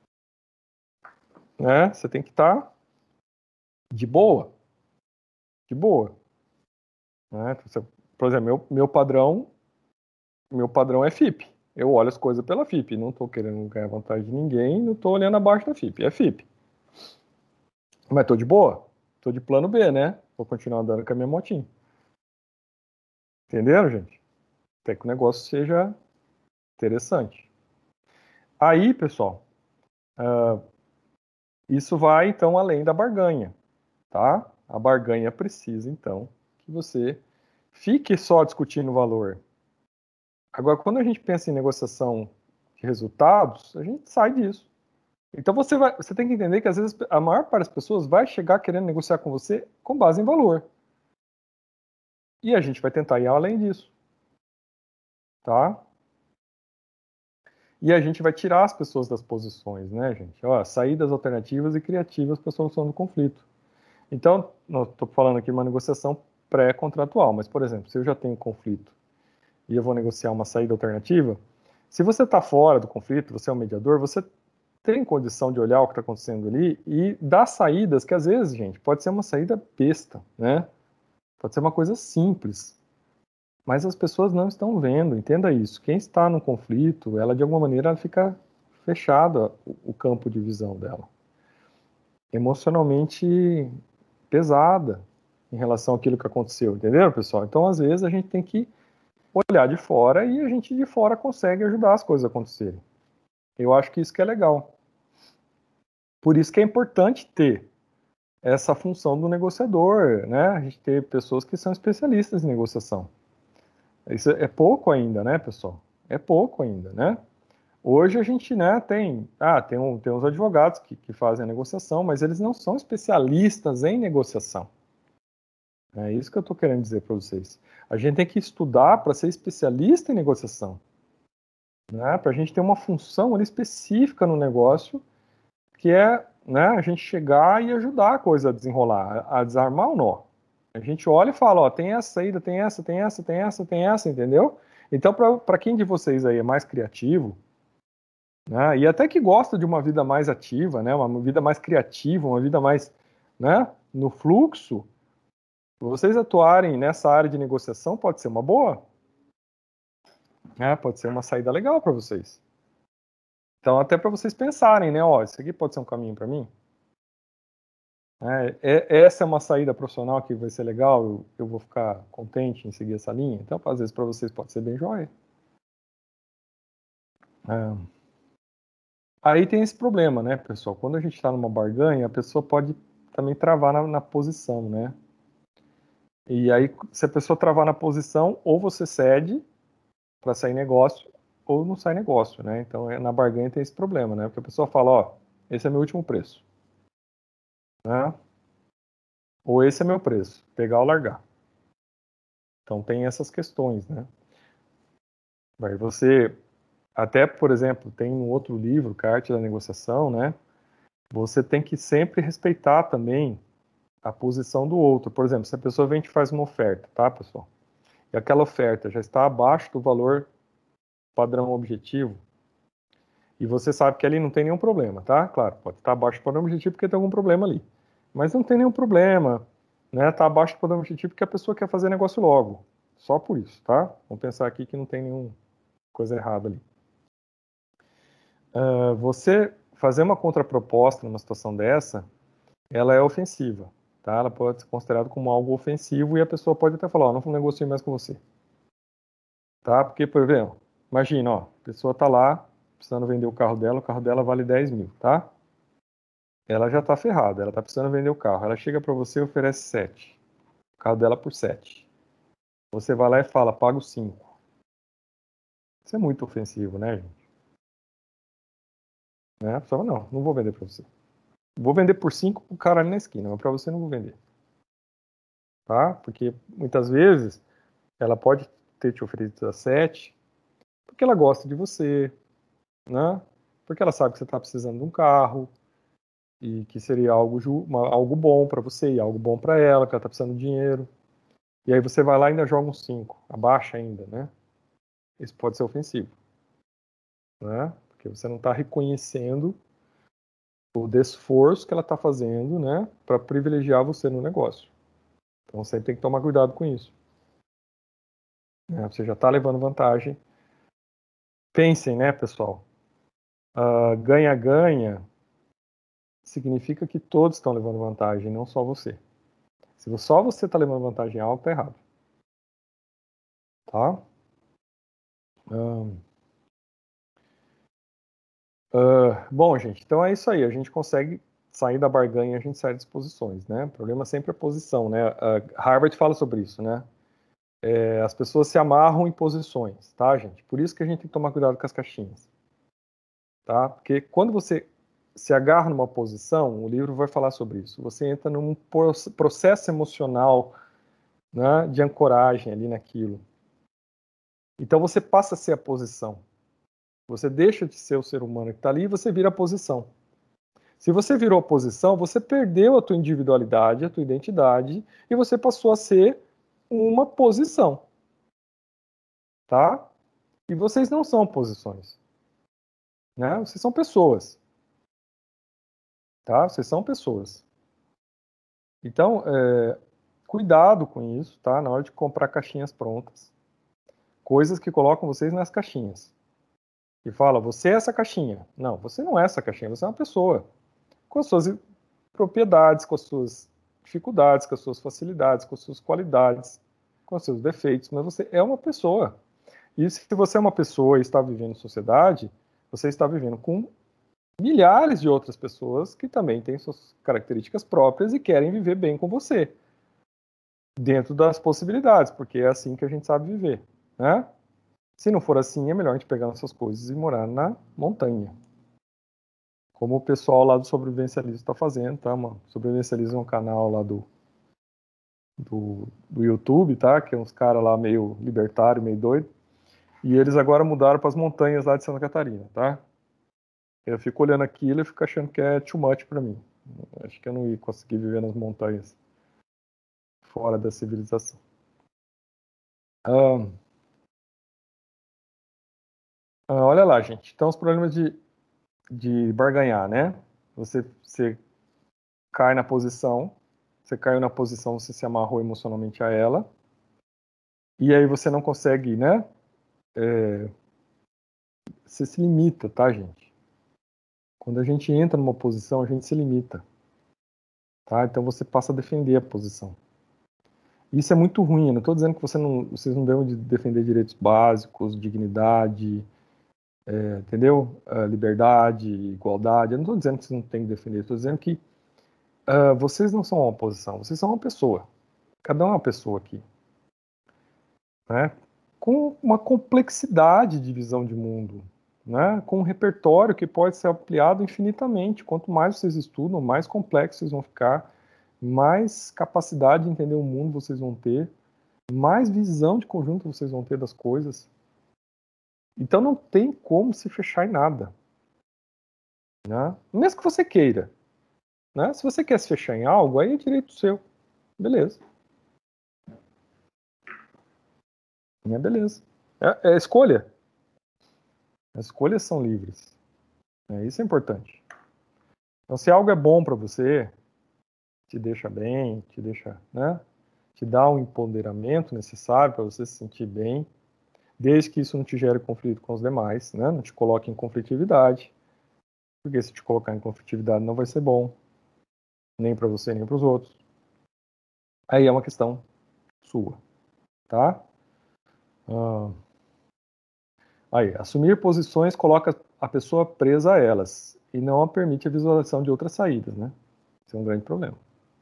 né? Você tem que estar de boa, de boa, né? Você, por exemplo, meu, meu padrão, meu padrão é F I P. Eu olho as coisas pela F I P. Não estou querendo ganhar vantagem de ninguém, não estou olhando abaixo da F I P. É F I P. Mas tô de boa. Tô de plano B, né? Vou continuar andando com a minha motinha. Entenderam, gente? Até que o negócio seja interessante. Aí, pessoal, uh, isso vai, então, além da barganha, tá? A barganha precisa, então, que você fique só discutindo o valor. Agora, quando a gente pensa em negociação de resultados, a gente sai disso. Então, você, vai, você tem que entender que, às vezes, a maior parte das pessoas vai chegar querendo negociar com você com base em valor. E a gente vai tentar ir além disso, tá? E a gente vai tirar as pessoas das posições, né, gente? Ó, saídas alternativas e criativas para a solução do conflito. Então, estou falando aqui de uma negociação pré-contratual, mas, por exemplo, se eu já tenho conflito e eu vou negociar uma saída alternativa, se você está fora do conflito, você é um mediador, você tem condição de olhar o que está acontecendo ali e dar saídas que, às vezes, gente, pode ser uma saída besta, né? Pode ser uma coisa simples. Mas as pessoas não estão vendo, entenda isso. Quem está no conflito, ela de alguma maneira ela fica fechada o, o campo de visão dela. Emocionalmente pesada em relação àquilo que aconteceu, entenderam, pessoal? Então, às vezes, a gente tem que olhar de fora e a gente de fora consegue ajudar as coisas a acontecerem. Eu acho que isso que é legal. Por isso que é importante ter essa função do negociador, né? A gente ter pessoas que são especialistas em negociação. Isso é pouco ainda, né, pessoal? É pouco ainda, né? Hoje a gente, né, tem, ah, tem, um, tem uns advogados que, que fazem a negociação, mas eles não são especialistas em negociação. É isso que eu estou querendo dizer para vocês. A gente tem que estudar para ser especialista em negociação, né? Para a gente ter uma função ali específica no negócio, que é, né, a gente chegar e ajudar a coisa a desenrolar, a desarmar o nó. A gente olha e fala, ó, tem essa saída, tem essa, tem essa, tem essa, tem essa, entendeu? Então, para quem de vocês aí é mais criativo, né, e até que gosta de uma vida mais ativa, né, uma vida mais criativa, uma vida mais, né, no fluxo, vocês atuarem nessa área de negociação pode ser uma boa, né, pode ser uma saída legal para vocês. Então, até para vocês pensarem, né, ó, isso aqui pode ser um caminho para mim. É, é, essa é uma saída profissional que vai ser legal, eu, eu vou ficar contente em seguir essa linha. Então, às vezes, para vocês pode ser bem jóia. É. Aí tem esse problema, né, pessoal? Quando a gente está numa barganha, a pessoa pode também travar na, na posição, né? E aí, se a pessoa travar na posição, ou você cede para sair negócio, ou não sai negócio, né? Então, na barganha tem esse problema, né? Porque a pessoa fala, ó, esse é meu último preço, né? Ou esse é meu preço, pegar ou largar. Então tem essas questões, né? Aí você, até por exemplo, tem um outro livro, que é a Arte da Negociação, né? Você tem que sempre respeitar também a posição do outro. Por exemplo, se a pessoa vem e te faz uma oferta, tá, pessoal? E aquela oferta já está abaixo do valor padrão objetivo, e você sabe que ali não tem nenhum problema, tá? Claro, pode estar abaixo do padrão objetivo porque tem algum problema ali. Mas não tem nenhum problema, né? Está abaixo do padrão objetivo porque a pessoa quer fazer negócio logo. Só por isso, tá? Vamos pensar aqui que não tem nenhuma coisa errada ali. Uh, você fazer uma contraproposta numa situação dessa, ela é ofensiva, tá? Ela pode ser considerada como algo ofensivo e a pessoa pode até falar, ó, não negocio mais com você. Tá? Porque, por exemplo, imagina, ó, a pessoa tá lá precisando vender o carro dela, o carro dela vale dez mil, tá? Ela já tá ferrada, ela tá precisando vender o carro. Ela chega para você e oferece sete. O carro dela por sete. Você vai lá e fala, pago cinco. Isso é muito ofensivo, né, gente? Né? A pessoa, não, não vou vender para você. Vou vender por cinco pro cara ali na esquina, mas para você não vou vender. Tá? Porque muitas vezes ela pode ter te oferecido a sete porque ela gosta de você, né? Porque ela sabe que você está precisando de um carro e que seria algo, uma, algo bom para você e algo bom para ela, que ela está precisando de dinheiro. E aí você vai lá e ainda joga um cinco, abaixa ainda, né? Isso pode ser ofensivo, né? Porque você não está reconhecendo o esforço que ela está fazendo, né, para privilegiar você no negócio. Então sempre tem que tomar cuidado com isso. É, você já está levando vantagem. Pensem, né, pessoal? Uh, ganha-ganha significa que todos estão levando vantagem, não só você. Se só você está levando vantagem alta, está errado. Tá? Um, uh, bom, gente, então é isso aí. A gente consegue sair da barganha, a gente sai das posições, né? O problema sempre é a posição, né? Uh, Harvard fala sobre isso, né? É, as pessoas se amarram em posições, tá, gente? Por isso que a gente tem que tomar cuidado com as caixinhas, tá? Porque quando você se agarra numa posição, o livro vai falar sobre isso. Você entra num processo emocional, né, de ancoragem ali naquilo. Então você passa a ser a posição. Você deixa de ser o ser humano que está ali e você vira a posição. Se você virou a posição, você perdeu a tua individualidade, a tua identidade, e você passou a ser uma posição. Tá? E vocês não são posições. Né? Vocês são pessoas. Tá? Vocês são pessoas. Então, é, cuidado com isso, tá? Na hora de comprar caixinhas prontas. Coisas que colocam vocês nas caixinhas. E fala, você é essa caixinha. Não, você não é essa caixinha, você é uma pessoa. Com as suas propriedades, com as suas dificuldades, com as suas facilidades, com as suas qualidades, com os seus defeitos, mas você é uma pessoa. E se você é uma pessoa e está vivendo em sociedade, você está vivendo com milhares de outras pessoas que também têm suas características próprias e querem viver bem com você. Dentro das possibilidades, porque é assim que a gente sabe viver, né? Se não for assim, é melhor a gente pegar nossas coisas e morar na montanha. Como o pessoal lá do Sobrevivencialismo está fazendo, tá, mano? Sobrevivencialismo é um canal lá do, do, do YouTube, tá? Que é uns caras lá meio libertário, meio doido. E eles agora mudaram para as montanhas lá de Santa Catarina, tá? Eu fico olhando aquilo e fico achando que é too much para mim. Acho que eu não ia conseguir viver nas montanhas fora da civilização. Ah, ah, olha lá, gente. Então, os problemas de, de barganhar, né? Você, você cai na posição, você caiu na posição, você se amarrou emocionalmente a ela, e aí você não consegue, né? É, você se limita, tá, gente? Quando a gente entra numa posição, a gente se limita. Tá? Então você passa a defender a posição. Isso é muito ruim. Eu não estou dizendo que você não, vocês não devem defender direitos básicos, dignidade, é, entendeu? Uh, liberdade, igualdade. Eu não estou dizendo que vocês não têm que defender. Estou dizendo que uh, vocês não são uma oposição. Vocês são uma pessoa. Cada um é uma pessoa aqui. Né? Com uma complexidade de visão de mundo. Né? Com um repertório que pode ser ampliado infinitamente. Quanto mais vocês estudam, mais complexos vocês vão ficar, mais capacidade de entender o mundo vocês vão ter, mais visão de conjunto vocês vão ter das coisas. Então não tem como se fechar em nada. Né? Mesmo que você queira. Né? Se você quer se fechar em algo, aí é direito seu. Beleza. É beleza. É, é escolha. As escolhas são livres. É, isso é importante. Então se algo é bom para você, te deixa bem, te deixa, né? Te dá o empoderamento necessário para você se sentir bem, desde que isso não te gere conflito com os demais, né? Não te coloque em conflitividade, porque se te colocar em conflitividade não vai ser bom, nem para você nem para os outros. Aí é uma questão sua, tá? Ah, aí, assumir posições coloca a pessoa presa a elas e não a permite a visualização de outras saídas, né? Isso é um grande problema.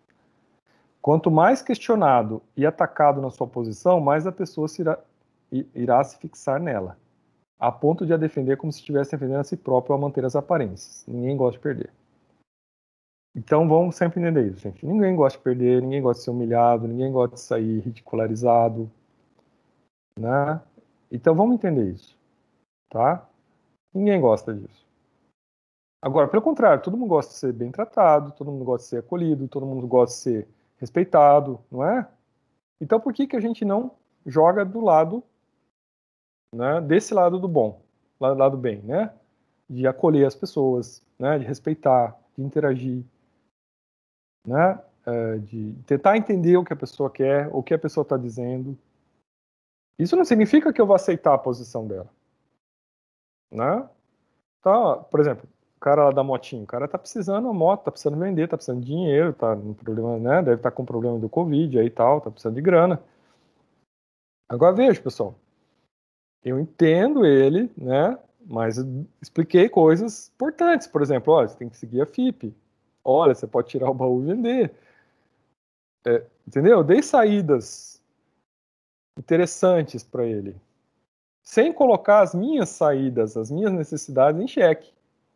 Quanto mais questionado e atacado na sua posição, mais a pessoa se irá, irá se fixar nela, a ponto de a defender como se estivesse defendendo a si próprio ao manter as aparências. Ninguém gosta de perder. Então vamos sempre entender isso, gente. Ninguém gosta de perder, ninguém gosta de ser humilhado, ninguém gosta de sair ridicularizado, né? Então vamos entender isso, tá? Ninguém gosta disso. Agora, pelo contrário, todo mundo gosta de ser bem tratado, todo mundo gosta de ser acolhido, todo mundo gosta de ser respeitado, não é? Então por que que a gente não joga do lado, né, desse lado do bom, lado, lado bem, né? De acolher as pessoas, né? De respeitar, de interagir, né? É, de tentar entender o que a pessoa quer, o que a pessoa está dizendo. Isso não significa que eu vou aceitar a posição dela, né? Tá, por exemplo, o cara lá da motinha, o cara tá precisando da moto, tá precisando vender, tá precisando de dinheiro, tá no problema, né? Deve estar tá com problema do Covid aí e tal, tá precisando de grana. Agora veja, pessoal, eu entendo ele, né? Mas eu expliquei coisas importantes, por exemplo, olha, você tem que seguir a F I P. Olha, você pode tirar o baú e vender. É, entendeu? Eu dei saídas interessantes para ele, sem colocar as minhas saídas, as minhas necessidades em xeque.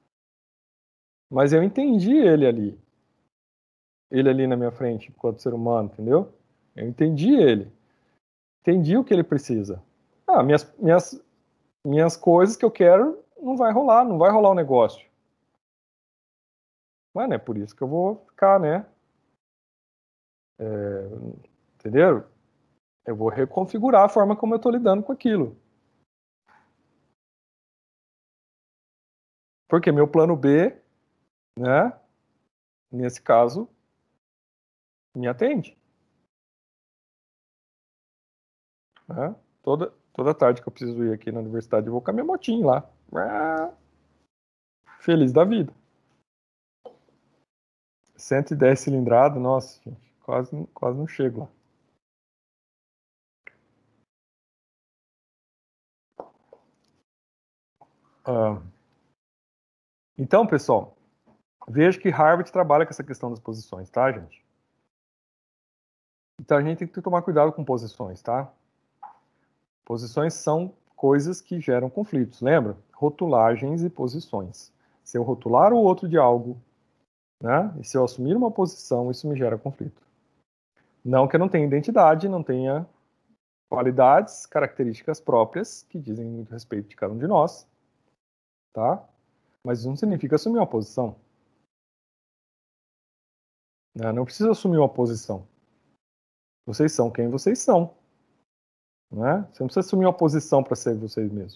Mas eu entendi ele ali. Ele ali na minha frente, enquanto ser humano, entendeu? Eu entendi ele. Entendi o que ele precisa. Ah, minhas, minhas, minhas coisas que eu quero não vai rolar, não vai rolar o negócio. Mas não é por isso que eu vou ficar, né? É, entendeu? Eu vou reconfigurar a forma como eu estou lidando com aquilo. Porque meu plano B, né? Nesse caso, me atende. Né? Toda, toda tarde que eu preciso ir aqui na universidade, eu vou com a minha motinha lá. Feliz da vida. cento e dez cilindrada, nossa, gente, quase, quase não chego lá. Ah, então, pessoal, veja que Harvard trabalha com essa questão das posições, tá, gente? Então a gente tem que tomar cuidado com posições, tá? Posições são coisas que geram conflitos, lembra? Rotulagens e posições. Se eu rotular o outro de algo, né? E se eu assumir uma posição, isso me gera conflito. Não que eu não tenha identidade, não tenha qualidades, características próprias que dizem muito respeito de cada um de nós, tá? Mas isso não significa assumir uma posição. Né? Não precisa assumir uma posição. Vocês são quem vocês são. Né? Você não precisa assumir uma posição para ser vocês mesmos.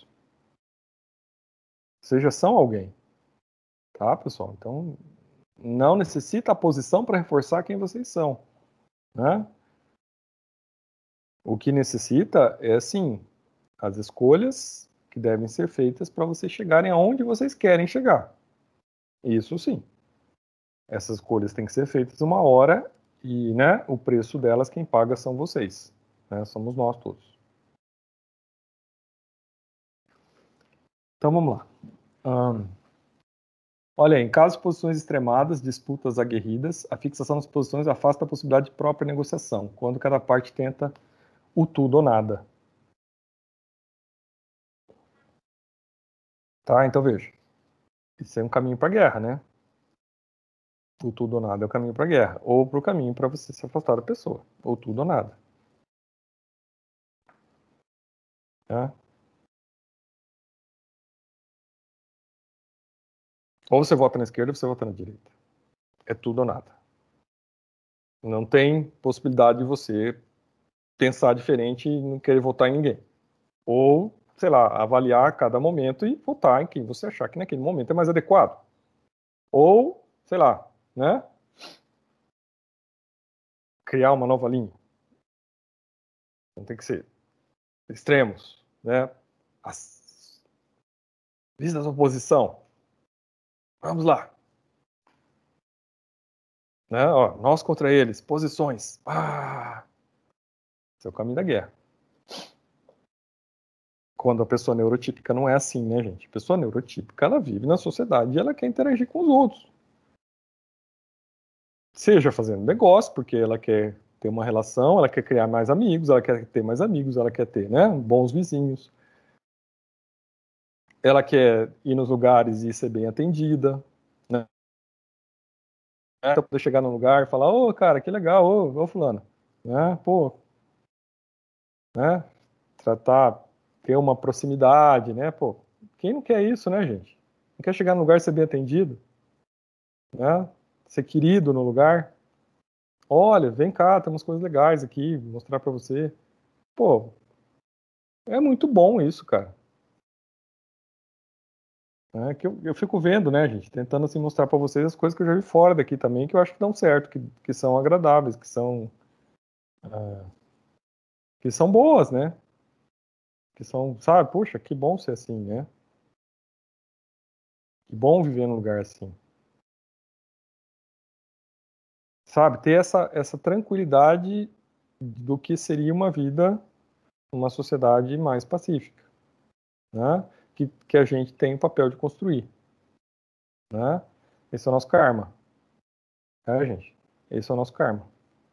Vocês já são alguém. Tá, pessoal? Então, não necessita a posição para reforçar quem vocês são. Né? O que necessita é, sim, as escolhas que devem ser feitas para vocês chegarem aonde vocês querem chegar. Isso sim. Essas escolhas têm que ser feitas uma hora e, né, o preço delas quem paga são vocês. Né? Somos nós todos. Então vamos lá. Um, olha aí, em caso de posições extremadas, disputas aguerridas, a fixação das posições afasta a possibilidade de própria negociação, quando cada parte tenta o tudo ou nada. Tá, então veja. Isso é um caminho para a guerra, né? O tudo ou nada é o caminho para a guerra. Ou para o caminho para você se afastar da pessoa. Ou tudo ou nada. Tá? Ou você vota na esquerda ou você vota na direita. É tudo ou nada. Não tem possibilidade de você pensar diferente e não querer votar em ninguém. Ou, sei lá, avaliar cada momento e votar em quem você achar que naquele momento é mais adequado. Ou, sei lá, né? Criar uma nova linha. Não tem que ser extremos, né? As vistas da oposição. Vamos lá. Né? Ó, nós contra eles, posições. Ah! Esse é o caminho da guerra. Quando a pessoa neurotípica não é assim, né, gente? A pessoa neurotípica, ela vive na sociedade e ela quer interagir com os outros. Seja fazendo negócio, porque ela quer ter uma relação, ela quer criar mais amigos, ela quer ter mais amigos, ela quer ter, né, bons vizinhos. Ela quer ir nos lugares e ser bem atendida, né? Então, poder chegar num lugar e falar, ô, cara, que legal, ô, ô fulano, né? Pô, né? Tratar, ter uma proximidade, né? Pô, quem não quer isso, né, gente? Não quer chegar num lugar e ser bem atendido, né? Ser querido no lugar. Olha, vem cá, tem umas coisas legais aqui, vou mostrar pra você. Pô, é muito bom isso, cara. É que eu, eu fico vendo, né, gente, tentando assim mostrar pra vocês as coisas que eu já vi fora daqui também, que eu acho que dão certo, que, que são agradáveis, que são ah, que são boas, né? Que são, sabe, puxa, que bom ser assim, né? Que bom viver num lugar assim. Sabe, ter essa, essa tranquilidade do que seria uma vida, uma sociedade mais pacífica, né? Que, que a gente tem o papel de construir, né? Esse é o nosso karma, né, gente? Esse é o nosso karma.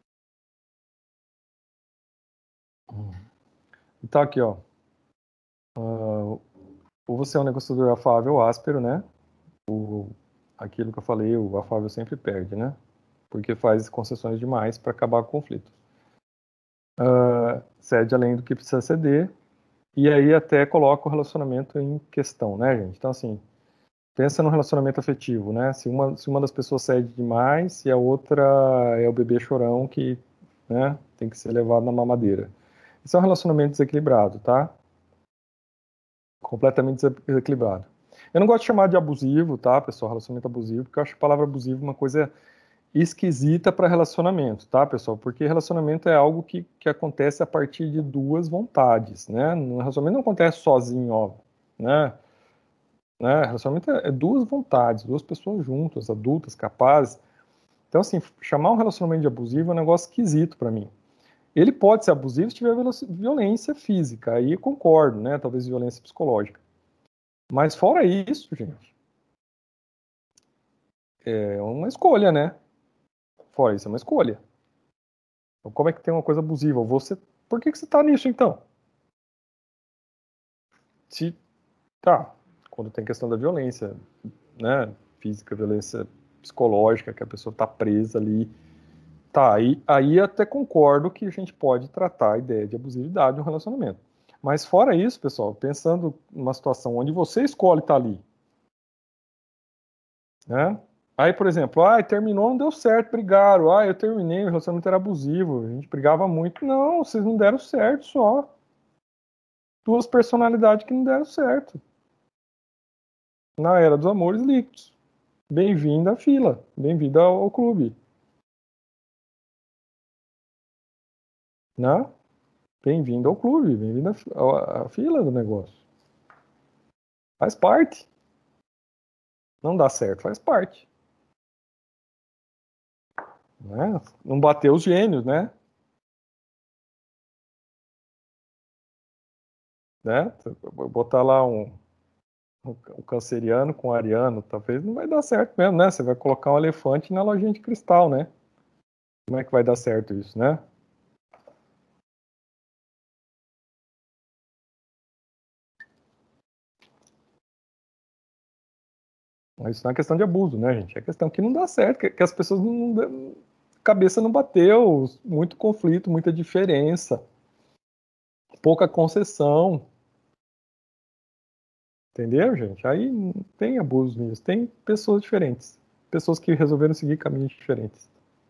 Então aqui, ó, uh, ou você é um negociador afável, áspero, né? O, aquilo que eu falei, o afável sempre perde, né? Porque faz concessões demais para acabar com o conflito. Uh, cede além do que precisa ceder, e aí até coloca o relacionamento em questão, né, gente? Então, assim, pensa no relacionamento afetivo, né? Se uma, se uma das pessoas cede demais e a outra é o bebê chorão que, né, tem que ser levado na mamadeira. Isso é um relacionamento desequilibrado, tá? Completamente desequilibrado. Eu não gosto de chamar de abusivo, tá, pessoal? Relacionamento abusivo, porque eu acho a palavra abusivo uma coisa esquisita para relacionamento, tá, pessoal? Porque relacionamento é algo que, que acontece a partir de duas vontades, né? No relacionamento não acontece sozinho, ó, né? Né? Relacionamento é, é duas vontades, duas pessoas juntas, adultas, capazes. Então, assim, chamar um relacionamento de abusivo é um negócio esquisito para mim. Ele pode ser abusivo se tiver violência física, aí eu concordo, né? Talvez violência psicológica. Mas fora isso, gente, é uma escolha, né? Fora isso, é uma escolha. Então, como é que tem uma coisa abusiva? Você, por que que você tá nisso, então? Se, tá, quando tem questão da violência, né? Física, violência psicológica, que a pessoa tá presa ali. Tá, aí, aí até concordo que a gente pode tratar a ideia de abusividade no relacionamento. Mas fora isso, pessoal, pensando numa situação onde você escolhe estar ali, né? Aí, por exemplo, ah, terminou, não deu certo, brigaram. Ah, eu terminei, o relacionamento era abusivo, a gente brigava muito. Não, vocês não deram certo só. Duas personalidades que não deram certo. Na era dos amores líquidos. Bem-vindo à fila, bem-vindo ao, ao clube. Né? Bem-vindo ao clube, bem-vindo à, à, à fila do negócio. Faz parte. Não dá certo, faz parte. Né? Não bateu os gênios, né? né? Botar lá um, um canceriano com um ariano, talvez não vai dar certo mesmo, né? Você vai colocar um elefante na lojinha de cristal, né? Como é que vai dar certo isso, né? Mas isso não é questão de abuso, né, gente? É questão que não dá certo, que, que as pessoas não. Cabeça não bateu, muito conflito, muita diferença, pouca concessão. Entendeu, gente? Aí não tem abuso nisso. Tem pessoas diferentes. Pessoas que resolveram seguir caminhos diferentes.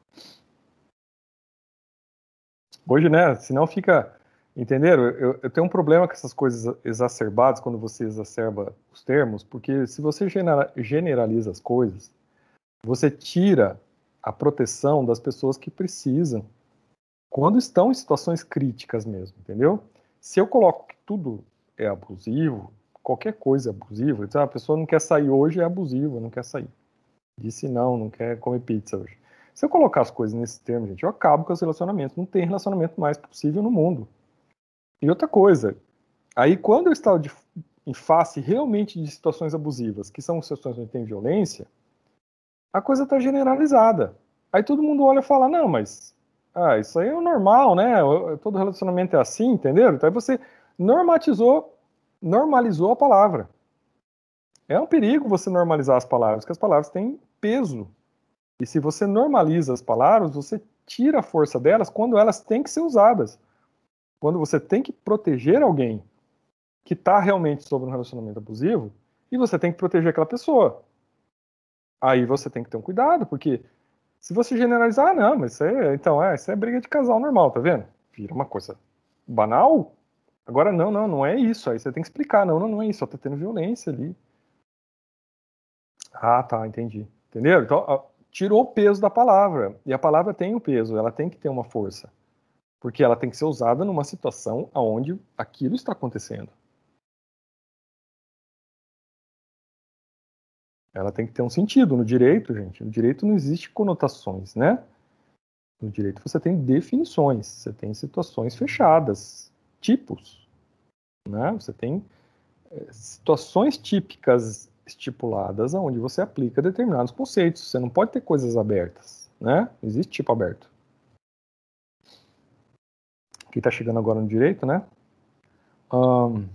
Hoje, né? Senão fica. Entenderam? Eu, eu tenho um problema com essas coisas exacerbadas quando você exacerba os termos, porque se você generaliza as coisas, você tira a proteção das pessoas que precisam, quando estão em situações críticas mesmo, entendeu? Se eu coloco que tudo é abusivo, qualquer coisa é abusiva, então, a pessoa não quer sair hoje, é abusiva, não quer sair. Disse não, não quer comer pizza hoje. Se eu colocar as coisas nesse termo, gente, eu acabo com os relacionamentos. Não tem relacionamento mais possível no mundo. E outra coisa, aí quando eu estou de, em face realmente de situações abusivas, que são situações onde tem violência, a coisa está generalizada. Aí todo mundo olha e fala, não, mas ah, isso aí é o normal, né? Todo relacionamento é assim, entendeu? Então aí você normatizou, normalizou a palavra. É um perigo você normalizar as palavras, porque as palavras têm peso. E se você normaliza as palavras, você tira a força delas quando elas têm que ser usadas. Quando você tem que proteger alguém que está realmente sobre um relacionamento abusivo, e você tem que proteger aquela pessoa. Aí você tem que ter um cuidado, porque se você generalizar, ah, não, mas isso é, então, é, isso é briga de casal normal, tá vendo? Vira uma coisa banal. Agora, não, não, não é isso. Aí você tem que explicar, não, não, não é isso, só tá tendo violência ali. Ah, tá, entendi. Entendeu? Então, tirou o peso da palavra. E a palavra tem o peso, ela tem que ter uma força. Porque ela tem que ser usada numa situação onde aquilo está acontecendo. Ela tem que ter um sentido. No direito, gente, no direito não existe conotações, né? No direito você tem definições, você tem situações fechadas, tipos, né? Você tem é, situações típicas estipuladas onde você aplica determinados conceitos. Você não pode ter coisas abertas, né? Não existe tipo aberto. Quem está chegando agora no direito, né? Um...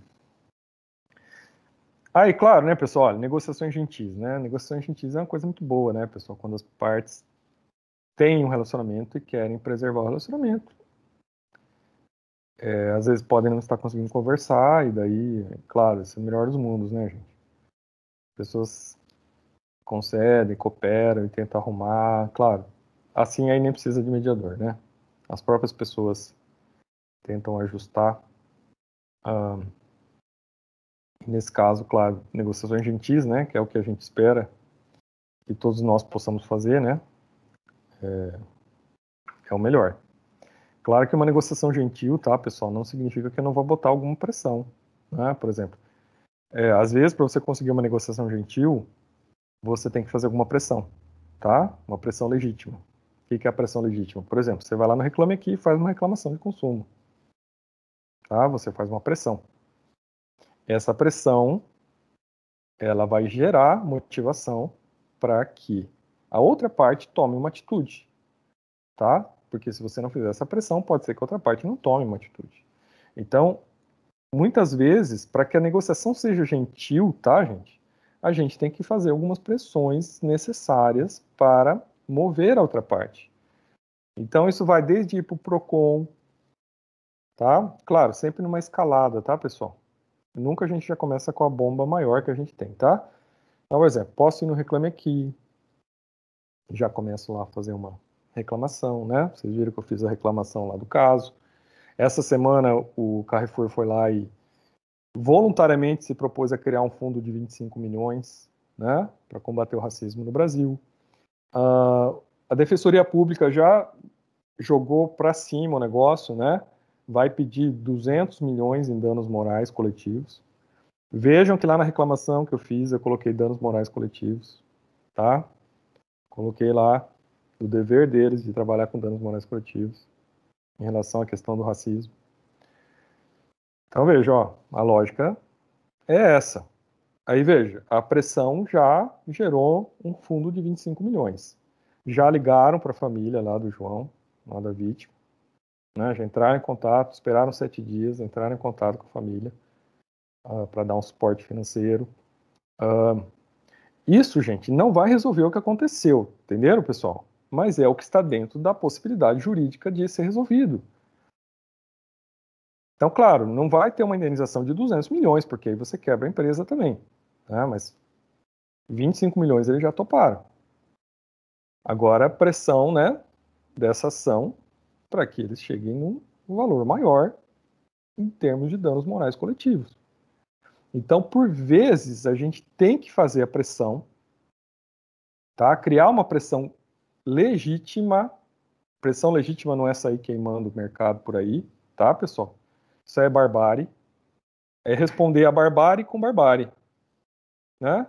Ah, e claro, né, pessoal, olha, negociações gentis, né? Negociações gentis é uma coisa muito boa, né, pessoal? Quando as partes têm um relacionamento e querem preservar o relacionamento. É, às vezes podem não estar conseguindo conversar, e daí, claro, esse é o melhor dos mundos, né, gente? Pessoas concedem, cooperam e tentam arrumar, claro. Assim aí nem precisa de mediador, né? As próprias pessoas tentam ajustar. Ah, nesse caso, claro, negociações gentis, né? Que é o que a gente espera que todos nós possamos fazer, né? É, é o melhor. Claro que uma negociação gentil, tá, pessoal, não significa que eu não vou botar alguma pressão, né? Por exemplo, é, às vezes, para você conseguir uma negociação gentil, você tem que fazer alguma pressão, tá? Uma pressão legítima. O que é a pressão legítima? Por exemplo, você vai lá no Reclame Aqui e faz uma reclamação de consumo, tá? Você faz uma pressão. Essa pressão, ela vai gerar motivação para que a outra parte tome uma atitude, tá? Porque se você não fizer essa pressão, pode ser que a outra parte não tome uma atitude. Então, muitas vezes, para que a negociação seja gentil, tá, gente? A gente tem que fazer algumas pressões necessárias para mover a outra parte. Então, isso vai desde ir para o PROCON, tá? Claro, sempre numa escalada, tá, pessoal? Nunca a gente já começa com a bomba maior que a gente tem, tá? Então, por exemplo, posso ir no Reclame Aqui, já começo lá a fazer uma reclamação, né? Vocês viram que eu fiz a reclamação lá do caso. Essa semana o Carrefour foi lá e voluntariamente se propôs a criar um fundo de vinte e cinco milhões, né, para combater o racismo no Brasil. Uh, a Defensoria Pública já jogou para cima o negócio, né? Vai pedir duzentos milhões em danos morais coletivos. Vejam que lá na reclamação que eu fiz, eu coloquei danos morais coletivos, tá? Coloquei lá o dever deles de trabalhar com danos morais coletivos em relação à questão do racismo. Então veja, ó, a lógica é essa. Aí veja, a pressão já gerou um fundo de vinte e cinco milhões. Já ligaram para a família lá do João, lá da vítima, né? Já entraram em contato, esperaram sete dias, entraram em contato com a família uh, para dar um suporte financeiro. Uh, isso, gente, não vai resolver o que aconteceu, entenderam, pessoal? Mas é o que está dentro da possibilidade jurídica de ser resolvido. Então, claro, não vai ter uma indenização de duzentos milhões, porque aí você quebra a empresa também, né? Mas vinte e cinco milhões eles já toparam. Agora, a pressão, né, dessa ação para que eles cheguem num valor maior em termos de danos morais coletivos. Então, por vezes, a gente tem que fazer a pressão, tá? Criar uma pressão legítima. Pressão legítima não é sair queimando o mercado por aí, tá, pessoal? Isso é barbárie. É responder a barbárie com barbárie, né?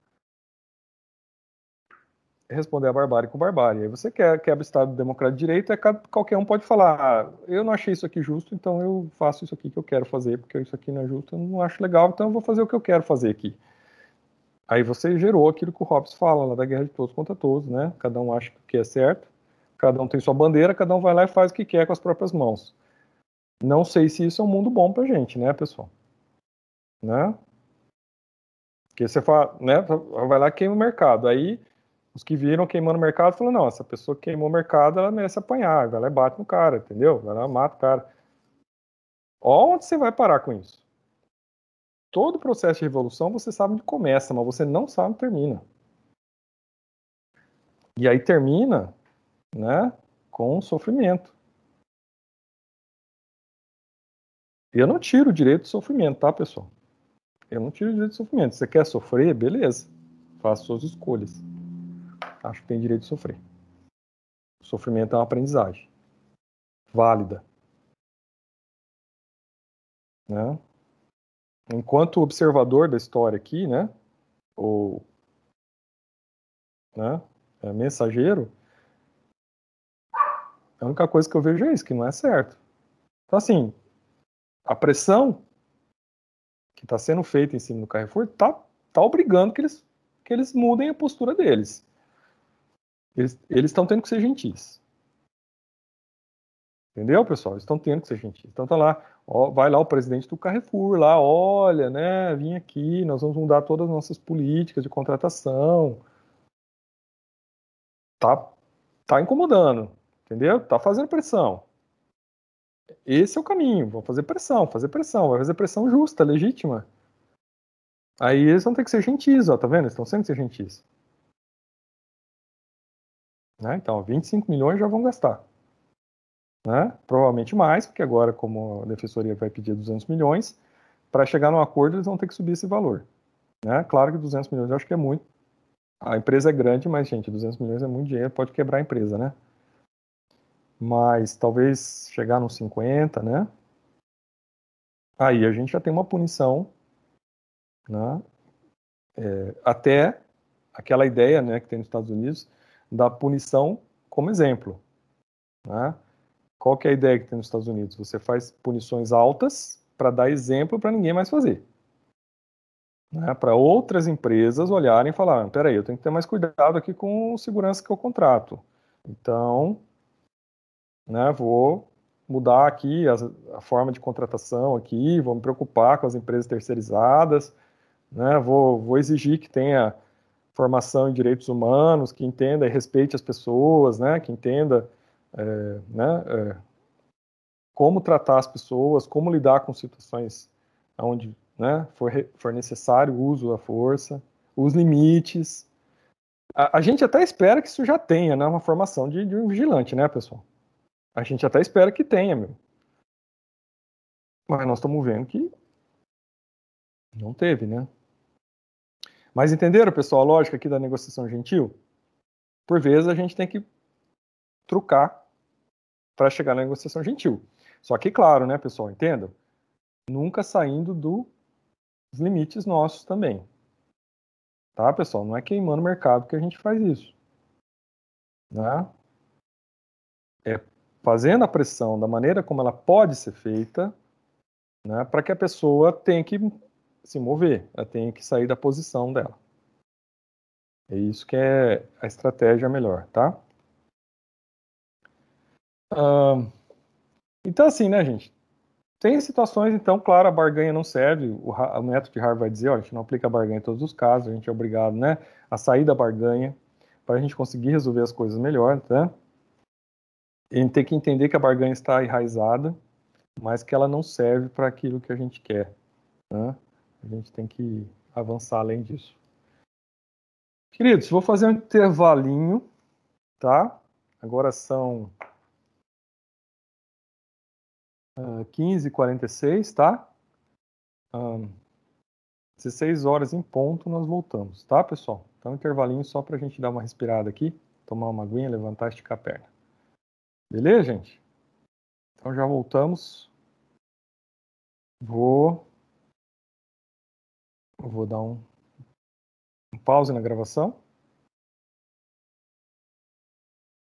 Responder a barbárie com barbárie. Aí você quer, quebra o Estado Democrático de Direito, é, qualquer um pode falar, ah, eu não achei isso aqui justo, então eu faço isso aqui que eu quero fazer, porque isso aqui não é justo, eu não acho legal, então eu vou fazer o que eu quero fazer aqui. Aí você gerou aquilo que o Hobbes fala, lá da guerra de todos contra todos, né? Cada um acha que é certo, cada um tem sua bandeira, cada um vai lá e faz o que quer com as próprias mãos. Não sei se isso é um mundo bom pra gente, né, pessoal? Né? Porque você fala, né, vai lá e queima o mercado, aí os que viram queimando o mercado falam, não, essa pessoa que queimou o mercado, ela merece apanhar, vai lá e bate no cara, entendeu? Vai lá e mata o cara. Onde você vai parar com isso? Todo processo de revolução você sabe onde começa, mas você não sabe onde termina. E aí termina, né, com sofrimento. Eu não tiro o direito de sofrimento, tá, pessoal? Eu não tiro o direito de sofrimento. Você quer sofrer? Beleza. Faça suas escolhas. Acho que tem direito de sofrer. O sofrimento é uma aprendizagem válida, né? Enquanto observador da história aqui, né, ou, né, é mensageiro, a única coisa que eu vejo é isso, que não é certo. Então, assim, a pressão que está sendo feita em cima do Carrefour está tá obrigando que eles, que eles mudem a postura deles. Eles estão tendo que ser gentis. Entendeu, pessoal? Eles estão tendo que ser gentis. Então tá lá, ó, vai lá o presidente do Carrefour, lá, olha, né, vim aqui, nós vamos mudar todas as nossas políticas de contratação. Tá, tá incomodando, entendeu? Tá fazendo pressão. Esse é o caminho, vão fazer pressão, fazer pressão, vai fazer pressão justa, legítima. Aí eles vão ter que ser gentis, ó, tá vendo? Eles estão sendo ser gentis. Né? Então, vinte e cinco milhões já vão gastar. Né? Provavelmente mais, porque agora, como a defensoria vai pedir duzentos milhões, para chegar num acordo eles vão ter que subir esse valor. Né? Claro que duzentos milhões eu acho que é muito. A empresa é grande, mas, gente, duzentos milhões é muito dinheiro, pode quebrar a empresa, né? Mas talvez chegar nos cinquenta, né? Aí a gente já tem uma punição, né? É, até aquela ideia, né, que tem nos Estados Unidos da punição como exemplo, né? Qual que é a ideia que tem nos Estados Unidos? Você faz punições altas para dar exemplo para ninguém mais fazer. Né? Para outras empresas olharem e falar, peraí, eu tenho que ter mais cuidado aqui com a segurança que eu contrato. Então, né, vou mudar aqui a, a forma de contratação aqui, vou me preocupar com as empresas terceirizadas, né, vou, vou exigir que tenha formação em direitos humanos, que entenda e respeite as pessoas, né, que entenda é, né, é, como tratar as pessoas, como lidar com situações onde, né, for, for necessário o uso da força, os limites. A, a gente até espera que isso já tenha, né, uma formação de, de um vigilante, né, pessoal? A gente até espera que tenha, meu. Mas nós estamos vendo que não teve, né? Mas entenderam, pessoal, a lógica aqui da negociação gentil? Por vezes a gente tem que trucar para chegar na negociação gentil. Só que, claro, né, pessoal, entendam? Nunca saindo dos limites nossos também. Tá, pessoal? Não é queimando o mercado que a gente faz isso. Né? É fazendo a pressão da maneira como ela pode ser feita, né, para que a pessoa tenha que se mover, ela tenha que sair da posição dela. É isso que é a estratégia melhor, tá? Uh, então, assim, né, gente? Tem situações, então, claro, a barganha não serve. O, o método de Harvard vai dizer, ó, a gente não aplica a barganha em todos os casos, a gente é obrigado, né, a sair da barganha para a gente conseguir resolver as coisas melhor, tá? E a gente tem que entender que a barganha está enraizada, mas que ela não serve para aquilo que a gente quer, né? A gente tem que avançar além disso. Queridos, vou fazer um intervalinho, tá? Agora são uh, quinze e quarenta e seis, tá? Um, dezesseis horas em ponto nós voltamos, tá, pessoal? Então, um intervalinho só para a gente dar uma respirada aqui, tomar uma aguinha, levantar e esticar a perna. Beleza, gente? Então, já voltamos. Vou, vou dar um, um pause na gravação.